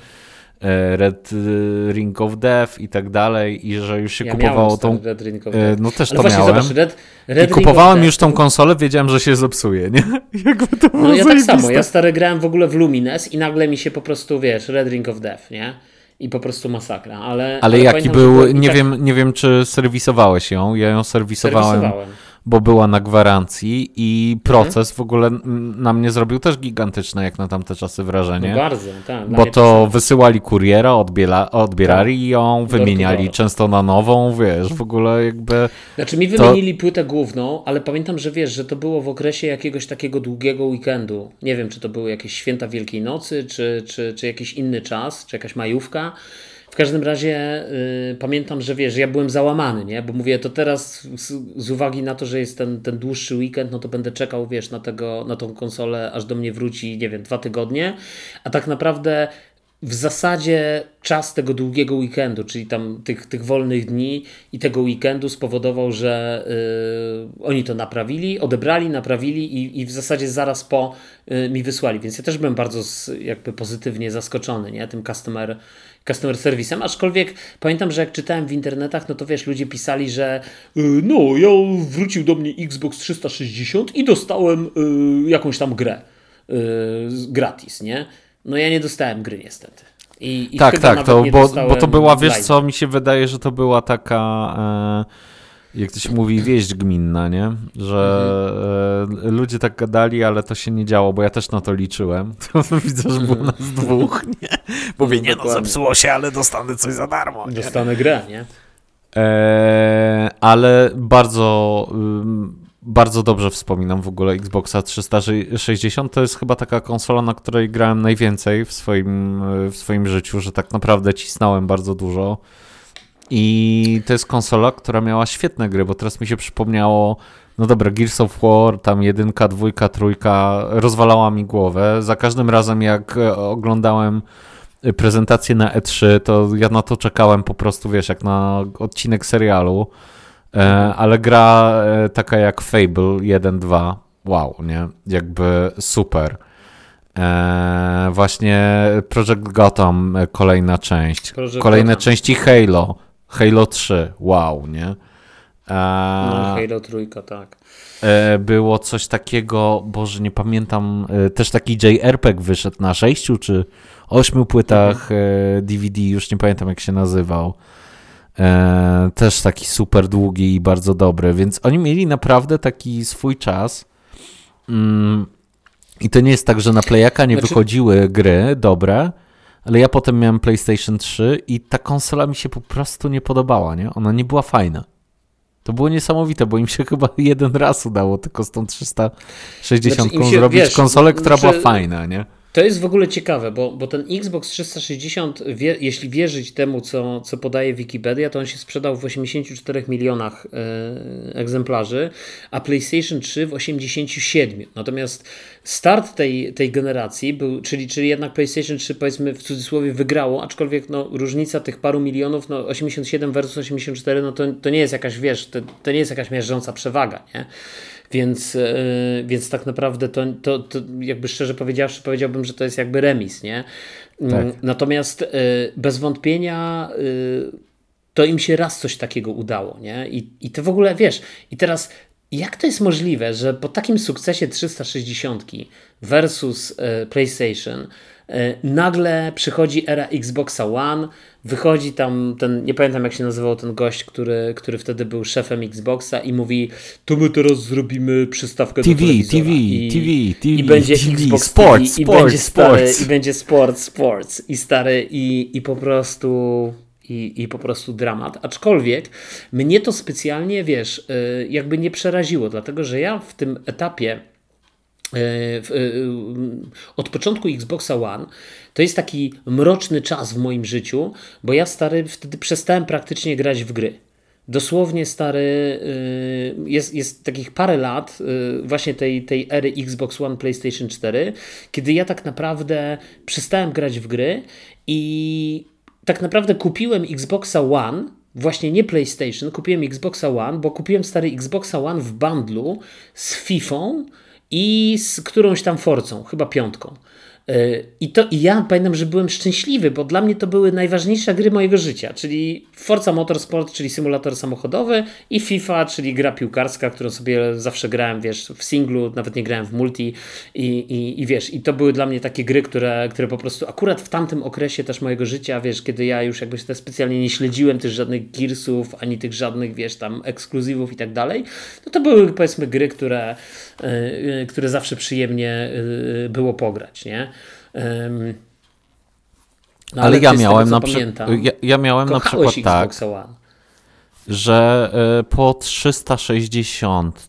Red Ring of Death i tak dalej i że już się ja kupowało tą... Red Ring of Death. No też ale to właśnie, miałem. Zobacz, Red, Red I kupowałem już tą konsolę, wiedziałem, że się zepsuje, nie? Jakby to było no ja zajebiste. tak samo, ja stary grałem w ogóle w Lumines i nagle mi się po prostu, wiesz, Red Ring of Death, nie? I po prostu masakra, ale... Ale, ale jaki pamiętam, był, nie tak... wiem, nie wiem, czy serwisowałeś ją, ja ją serwisowałem, serwisowałem. bo była na gwarancji i proces mhm. w ogóle na mnie zrobił też gigantyczne, jak na tamte czasy wrażenie. No bardzo, tak. Bo to wysyłali kuriera, odbiera, odbierali tak. ją, wymieniali często na nową, wiesz, w ogóle jakby... Znaczy mi wymienili to... płytę główną, ale pamiętam, że wiesz, że to było w okresie jakiegoś takiego długiego weekendu. Nie wiem, czy to były jakieś święta Wielkiej Nocy, czy, czy, czy jakiś inny czas, czy jakaś majówka. W każdym razie y, pamiętam, że wiesz, ja byłem załamany, nie? Bo mówię, to teraz z, z uwagi na to, że jest ten, ten dłuższy weekend, no to będę czekał, wiesz, na, tego, na tą konsolę, aż do mnie wróci, nie wiem, dwa tygodnie, a tak naprawdę w zasadzie czas tego długiego weekendu, czyli tam tych, tych wolnych dni i tego weekendu spowodował, że y, oni to naprawili, odebrali, naprawili i, i w zasadzie zaraz po y, mi wysłali, więc ja też byłem bardzo z, jakby pozytywnie zaskoczony, nie? Tym customer customer serwisem, aczkolwiek pamiętam, że jak czytałem w internetach, no to wiesz, ludzie pisali, że yy, no, ja wrócił do mnie Xbox trzysta sześćdziesiąt i dostałem yy, jakąś tam grę yy, gratis, nie? No ja nie dostałem gry niestety. I, i tak, chyba tak, to, nie bo, bo to była, wiesz live. co, mi się wydaje, że to była taka, e, jak to się mówi, wieść gminna, nie? Że mhm. e, ludzie tak gadali, ale to się nie działo, bo ja też na to liczyłem. To widzę, że było nas dwóch, nie? Mówię, nie no, zepsuło się, ale dostanę coś za darmo. Nie? Dostanę grę, nie? E, ale bardzo... Y, Bardzo dobrze wspominam w ogóle Xboxa trzysta sześćdziesiąt. To jest chyba taka konsola, na której grałem najwięcej w swoim, w swoim życiu, że tak naprawdę cisnąłem bardzo dużo. I to jest konsola, która miała świetne gry, bo teraz mi się przypomniało, no dobra, Gears of War, tam jedynka, dwójka, trójka, rozwalała mi głowę. Za każdym razem jak oglądałem prezentację na E trzy, to ja na to czekałem po prostu, wiesz, jak na odcinek serialu. E, ale gra e, taka jak Fable jeden dwa, wow, nie? Jakby super. E, właśnie Project Gotham, e, kolejna część. Project Kolejne Gotham. Części Halo. Halo trzy, wow, nie? E, no, Halo trójka, tak. E, było coś takiego, Boże, nie pamiętam, e, też taki J R P G wyszedł na sześciu czy ośmiu płytach mhm. e, D V D, już nie pamiętam jak się nazywał. E, też taki super długi i bardzo dobry, więc oni mieli naprawdę taki swój czas mm, i to nie jest tak, że na Playaka nie znaczy... wychodziły gry dobre, ale ja potem miałem PlayStation trzy i ta konsola mi się po prostu nie podobała, nie? Ona nie była fajna. To było niesamowite, bo im się chyba jeden raz udało tylko z tą trzysta sześćdziesiąt znaczy, się, zrobić wiesz, konsolę, która że... była fajna, nie? To jest w ogóle ciekawe, bo, bo ten Xbox trzysta sześćdziesiąt, wie, jeśli wierzyć temu, co, co podaje Wikipedia, to on się sprzedał w osiemdziesięciu czterech milionach e, egzemplarzy, a PlayStation trzy w osiemdziesięciu siedmiu. Natomiast start tej, tej generacji był, czyli, czyli jednak PlayStation trzy, powiedzmy w cudzysłowie, wygrało, aczkolwiek no, różnica tych paru milionów, no osiemdziesiąt siedem versus osiemdziesiąt cztery, no to, to nie jest jakaś, wiesz, to, to nie jest jakaś miażdżąca przewaga, nie? Więc, yy, więc tak naprawdę to, to, to jakby szczerze powiedziawszy powiedziałbym, że to jest jakby remis, nie? Tak. Natomiast yy, bez wątpienia yy, to im się raz coś takiego udało, nie? I, i to w ogóle, wiesz, i teraz jak to jest możliwe, że po takim sukcesie trzysta sześćdziesiąt versus yy, PlayStation nagle przychodzi era Xboxa One, wychodzi tam ten, nie pamiętam jak się nazywał ten gość, który, który wtedy był szefem Xboxa i mówi, to my teraz zrobimy przystawkę T V, do telewizora. T V, I, T V, T V, i będzie T V, Xbox sports, T V, sports, i będzie stary, sports. i będzie sport, sports i stary i, i po prostu i, i po prostu dramat. Aczkolwiek mnie to specjalnie, wiesz, jakby nie przeraziło, dlatego że ja w tym etapie od początku Xboxa One to jest taki mroczny czas w moim życiu, bo ja stary wtedy przestałem praktycznie grać w gry. Dosłownie stary, jest, jest takich parę lat właśnie tej, tej ery Xbox One, PlayStation cztery, kiedy ja tak naprawdę przestałem grać w gry i tak naprawdę kupiłem Xboxa One, właśnie nie PlayStation, kupiłem Xboxa One, bo kupiłem stary Xboxa One w bundlu z Fifą i z którąś tam Forcą, chyba piątką. I, to, I ja pamiętam, że byłem szczęśliwy, bo dla mnie to były najważniejsze gry mojego życia, czyli Forza Motorsport, czyli symulator samochodowy i FIFA, czyli gra piłkarska, którą sobie zawsze grałem, wiesz, w singlu, nawet nie grałem w multi i, i, i wiesz, i to były dla mnie takie gry, które, które po prostu akurat w tamtym okresie też mojego życia, wiesz, kiedy ja już jakby się specjalnie nie śledziłem też żadnych Gearsów, ani tych żadnych, wiesz, tam ekskluzywów i tak dalej, no to były powiedzmy gry, które, yy, które zawsze przyjemnie yy, było pograć, nie? Um, no ale, ale ja miałem, tego, na przy... ja, ja miałem na przykład tak, że y, po trzysta sześćdziesiąt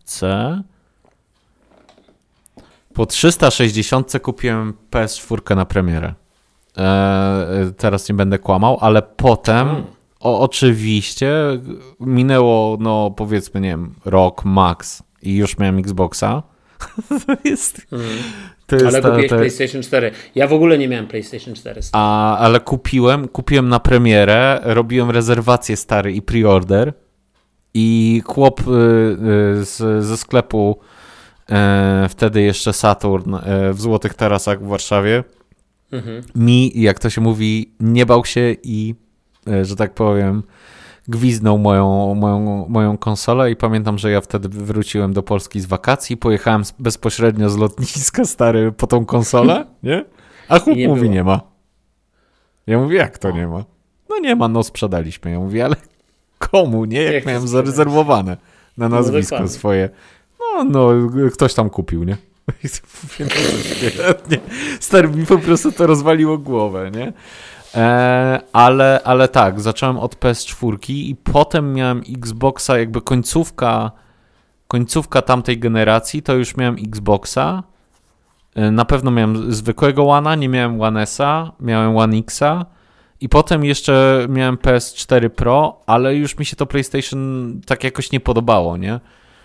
po trzysta sześćdziesiąt kupiłem P S cztery na premierę. E, teraz nie będę kłamał, ale potem hmm. o, oczywiście minęło, no powiedzmy, nie wiem, rok max i już miałem Xboxa. To jest... Hmm. Ale ta, kupiłeś ta... PlayStation cztery. Ja w ogóle nie miałem PlayStation cztery. A, ale kupiłem, kupiłem na premierę, robiłem rezerwację stary i pre-order i chłop y, y, z, ze sklepu y, wtedy jeszcze Saturn y, w Złotych Tarasach w Warszawie mhm. mi, jak to się mówi, nie bał się i, y, że tak powiem, gwizdnął moją, moją, moją konsolę i pamiętam, że ja wtedy wróciłem do Polski z wakacji, pojechałem bezpośrednio z lotniska stary po tą konsolę, nie? A chłop nie mówi, było. nie ma. Ja mówię, jak to nie ma? No nie ma, no sprzedaliśmy. Ja mówię, ale komu, nie? Jak, jak miałem zarezerwowane na nazwisko no, swoje. No, no, ktoś tam kupił, nie? Mówię, no, stary, mi po prostu to rozwaliło głowę, nie? E, ale, ale tak, zacząłem od P S cztery i potem miałem Xboxa, jakby końcówka końcówka tamtej generacji, to już miałem Xboxa. E, na pewno miałem zwykłego One'a, nie miałem One S'a, miałem One X'a i potem jeszcze miałem P S cztery Pro, ale już mi się to PlayStation tak jakoś nie podobało, nie?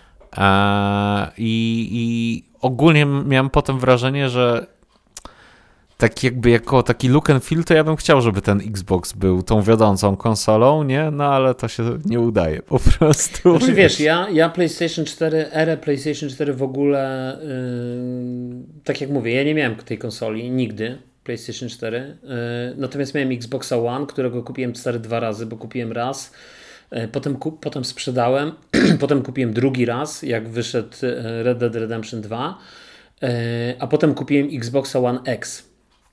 E, i, I ogólnie miałem potem wrażenie, że tak jakby jako taki look and feel, to ja bym chciał, żeby ten Xbox był tą wiodącą konsolą, nie? No ale to się nie udaje po prostu. Znaczy wiesz, ja, ja PlayStation cztery, erę PlayStation cztery w ogóle, yy, tak jak mówię, ja nie miałem tej konsoli nigdy, PlayStation cztery, yy, natomiast miałem Xboxa One, którego kupiłem stary dwa razy, bo kupiłem raz, yy, potem, kup, potem sprzedałem, potem kupiłem drugi raz, jak wyszedł Red Dead Redemption dwa, yy, a potem kupiłem Xboxa One X.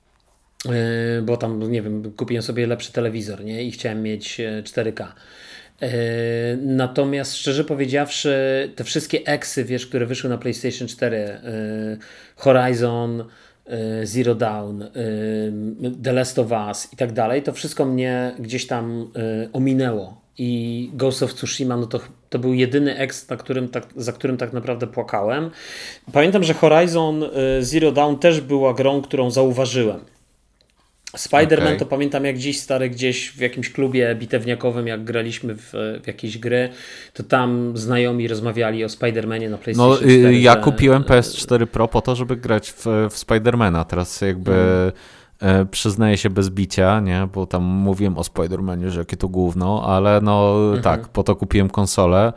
Bo tam, nie wiem, kupiłem sobie lepszy telewizor, nie? I chciałem mieć cztery K. Natomiast szczerze powiedziawszy, te wszystkie Xy, wiesz, które wyszły na PlayStation cztery, Horizon, Zero Dawn, The Last of Us i tak dalej, to wszystko mnie gdzieś tam ominęło. I Ghost of Tsushima, no to, to był jedyny X, na którym tak, za którym tak naprawdę płakałem. Pamiętam, że Horizon Zero Dawn też była grą, którą zauważyłem. Spider-Man okay. To pamiętam jak dziś stary gdzieś w jakimś klubie bitewniakowym, jak graliśmy w, w jakieś gry, to tam znajomi rozmawiali o Spider-Manie na PlayStation no, cztery. Ja że... kupiłem P S cztery Pro po to, żeby grać w, w Spider-Mana. Teraz jakby hmm. e, przyznaję się bez bicia, nie? Bo tam mówiłem o Spider-Manie, że jakie to gówno, ale no hmm. tak, po to kupiłem konsolę,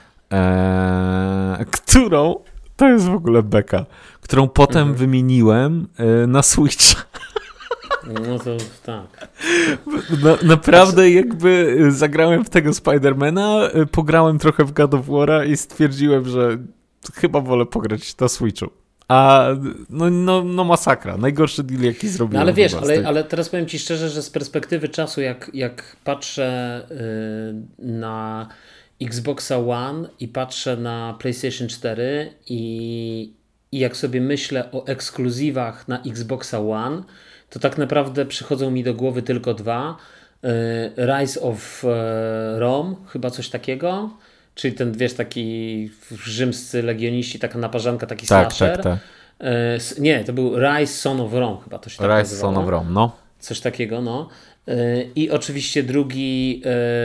e, którą, to jest w ogóle beka, którą potem hmm. wymieniłem e, na Switcha. No to tak. No, naprawdę jakby zagrałem w tego Spidermana, pograłem trochę w God of War'a i stwierdziłem, że chyba wolę pograć na Switchu. A no, no, no masakra. Najgorszy deal, jaki zrobiłem. No ale wiesz, ale, ale teraz powiem ci szczerze, że z perspektywy czasu, jak, jak patrzę yy, na Xboxa One i patrzę na PlayStation cztery i, i jak sobie myślę o ekskluzywach na Xboxa One, to tak naprawdę przychodzą mi do głowy tylko dwa. Rise of Rome, chyba coś takiego, czyli ten, wiesz, taki rzymscy legioniści, taka naparzanka, taki tak, slasher. Tak, tak. Nie, to był Rise Son of Rome, chyba to się tak Rise nazywało. Son of Rome, no. Coś takiego, no. I oczywiście drugi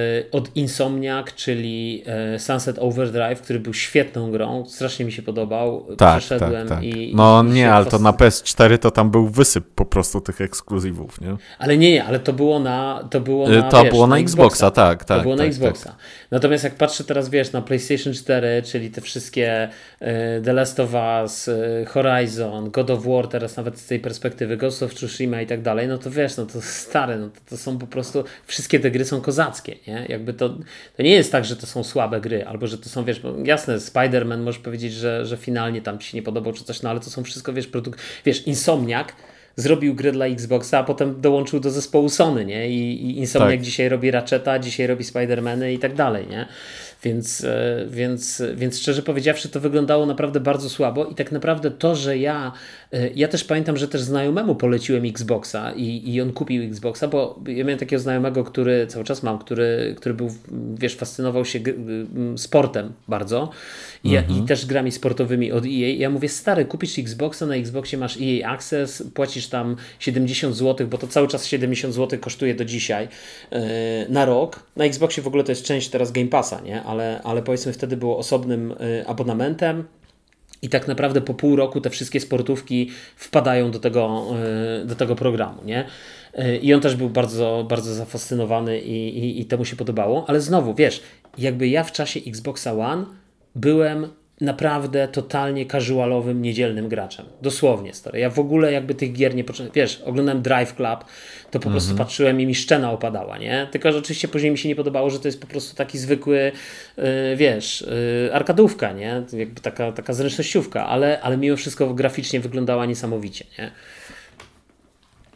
od Insomniac, czyli Sunset Overdrive, który był świetną grą, strasznie mi się podobał. Tak, Przeszedłem tak, tak. i... No i nie, ale to na P S cztery to tam był wysyp po prostu tych ekskluzywów, nie? Ale nie, nie, ale to było na To było na, to wiesz, było na, na Xboxa, Xboxa, tak, tak. To było tak, na Xboxa. Tak. Natomiast jak patrzę teraz, wiesz, na PlayStation cztery, czyli te wszystkie y, The Last of Us, y, Horizon, God of War, teraz nawet z tej perspektywy, Ghost of Tsushima i tak dalej, no to wiesz, no to stare, no to, to są po prostu, wszystkie te gry są kozackie, nie? Jakby to, to nie jest tak, że to są słabe gry, albo że to są, wiesz, jasne, Spider-Man możesz powiedzieć, że, że finalnie tam ci się nie podobał czy coś, no ale to są wszystko, wiesz, produkt, wiesz, Insomniac zrobił grę dla Xboxa, a potem dołączył do zespołu Sony, nie? I, i Insomniac tak. dzisiaj robi Ratcheta, dzisiaj robi Spider-Many i tak dalej, nie? Więc, więc, więc szczerze powiedziawszy, to wyglądało naprawdę bardzo słabo i tak naprawdę to, że ja ja też pamiętam, że też znajomemu poleciłem Xboxa i, i on kupił Xboxa, bo ja miałem takiego znajomego, który cały czas mam, który, który był, wiesz, fascynował się sportem bardzo i, mhm. ja, i też grami sportowymi od E A. I ja mówię, stary, kupisz Xboxa, na Xboxie masz E A Access, płacisz tam siedemdziesiąt złotych, bo to cały czas siedemdziesiąt złotych kosztuje do dzisiaj yy, na rok. Na Xboxie w ogóle to jest część teraz Game Passa, nie? Ale, ale powiedzmy wtedy było osobnym yy, abonamentem. I tak naprawdę po pół roku te wszystkie sportówki wpadają do tego, yy, do tego programu, nie? Yy, I on też był bardzo, bardzo zafascynowany i, i, i to mu się podobało. Ale znowu, wiesz, jakby ja w czasie Xboxa One byłem naprawdę totalnie casualowym, niedzielnym graczem. Dosłownie, stary. Ja w ogóle jakby tych gier nie począłem. Wiesz, oglądałem Drive Club, to po mm-hmm. prostu patrzyłem i mi szczena opadała, nie? Tylko, że oczywiście później mi się nie podobało, że to jest po prostu taki zwykły, yy, wiesz, yy, arkadówka, nie? Jakby taka, taka zręcznościówka, ale, ale mimo wszystko graficznie wyglądała niesamowicie, nie?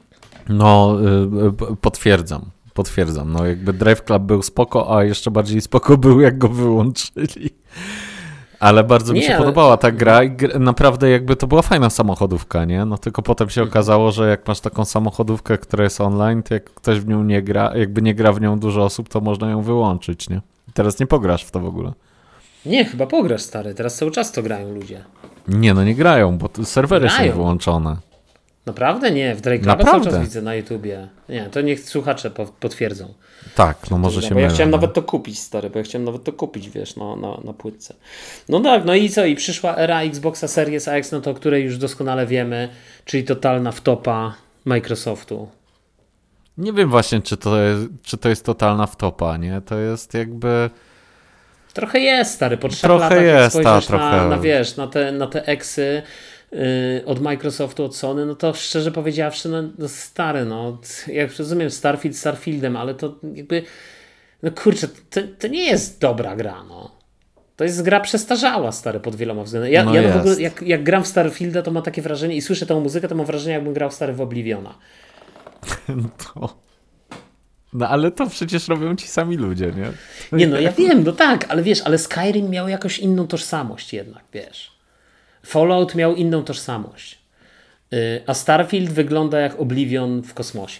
No, y, potwierdzam. Potwierdzam. No jakby Drive Club był spoko, a jeszcze bardziej spoko był, jak go wyłączyli. Ale bardzo mi Nie, się ale... podobała ta gra i gr- naprawdę jakby to była fajna samochodówka, nie? No tylko potem się okazało, że jak masz taką samochodówkę, która jest online, to jak ktoś w nią nie gra, jakby nie gra w nią dużo osób, to można ją wyłączyć, nie? Teraz nie pograsz w to w ogóle. Nie, chyba pograsz, stary. Teraz cały czas to grają ludzie. Nie, no nie grają, bo serwery Grają. są wyłączone. Naprawdę? Nie, w Drake Cluba cały czas widzę na YouTubie. Nie, to niech słuchacze po- potwierdzą. Tak, no może No, się bo ja mylę. chciałem no. nawet to kupić, stary, bo ja chciałem nawet to kupić, wiesz, na, na, na płytce. No tak, no i co? I przyszła era Xboxa Series X, no to o której już doskonale wiemy, czyli totalna wtopa Microsoftu. Nie wiem właśnie, czy to jest, czy to jest totalna wtopa, nie? To jest jakby... Trochę jest, stary, po trzech Trochę latach, jak jest, spojrzysz ta, na, trochę. na, wiesz, na te, na te eksy yy, od Microsoftu, od Sony, no to szczerze powiedziawszy, no, no stary, no, jak rozumiem, Starfield Starfieldem, ale to jakby, no kurczę, to, to nie jest dobra gra, no. To jest gra przestarzała, stary, pod wieloma względami. Ja, No ja no w jest. ogóle, jak, jak gram w Starfielda, to mam takie wrażenie i słyszę tę muzykę, to mam wrażenie, jakbym grał stary w Obliviona. To... No ale to przecież robią ci sami ludzie, nie? Nie no, ja wiem, no tak, ale wiesz, ale Skyrim miał jakoś inną tożsamość jednak, wiesz. Fallout miał inną tożsamość. Yy, a Starfield wygląda jak Oblivion w kosmosie.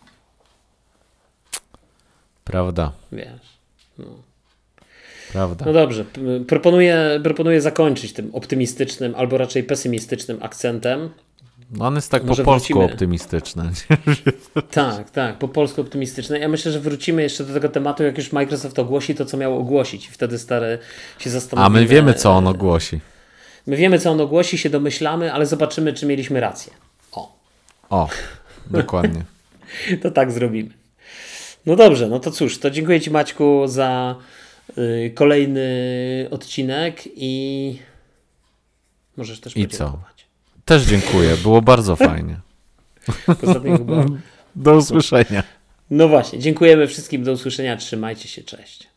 Prawda, Wiesz. No, prawda. no dobrze, p- proponuję, proponuję zakończyć tym optymistycznym, albo raczej pesymistycznym akcentem. No on jest tak Może po polsku wrócimy. optymistyczny. Tak, tak, po polsku optymistyczne. Ja myślę, że wrócimy jeszcze do tego tematu, jak już Microsoft ogłosi to, co miał ogłosić. I wtedy stary się A zastanowimy. my wiemy, co on ogłosi. My wiemy, co on ogłosi, się domyślamy, ale zobaczymy, czy mieliśmy rację. O, O, dokładnie. to tak zrobimy. No dobrze, no to cóż, to dziękuję Ci, Maćku, za y, kolejny odcinek i możesz też I co? podziękować. Też dziękuję, było bardzo fajnie. Ostatnio chyba... Do usłyszenia. No właśnie, dziękujemy wszystkim, do usłyszenia, trzymajcie się, cześć.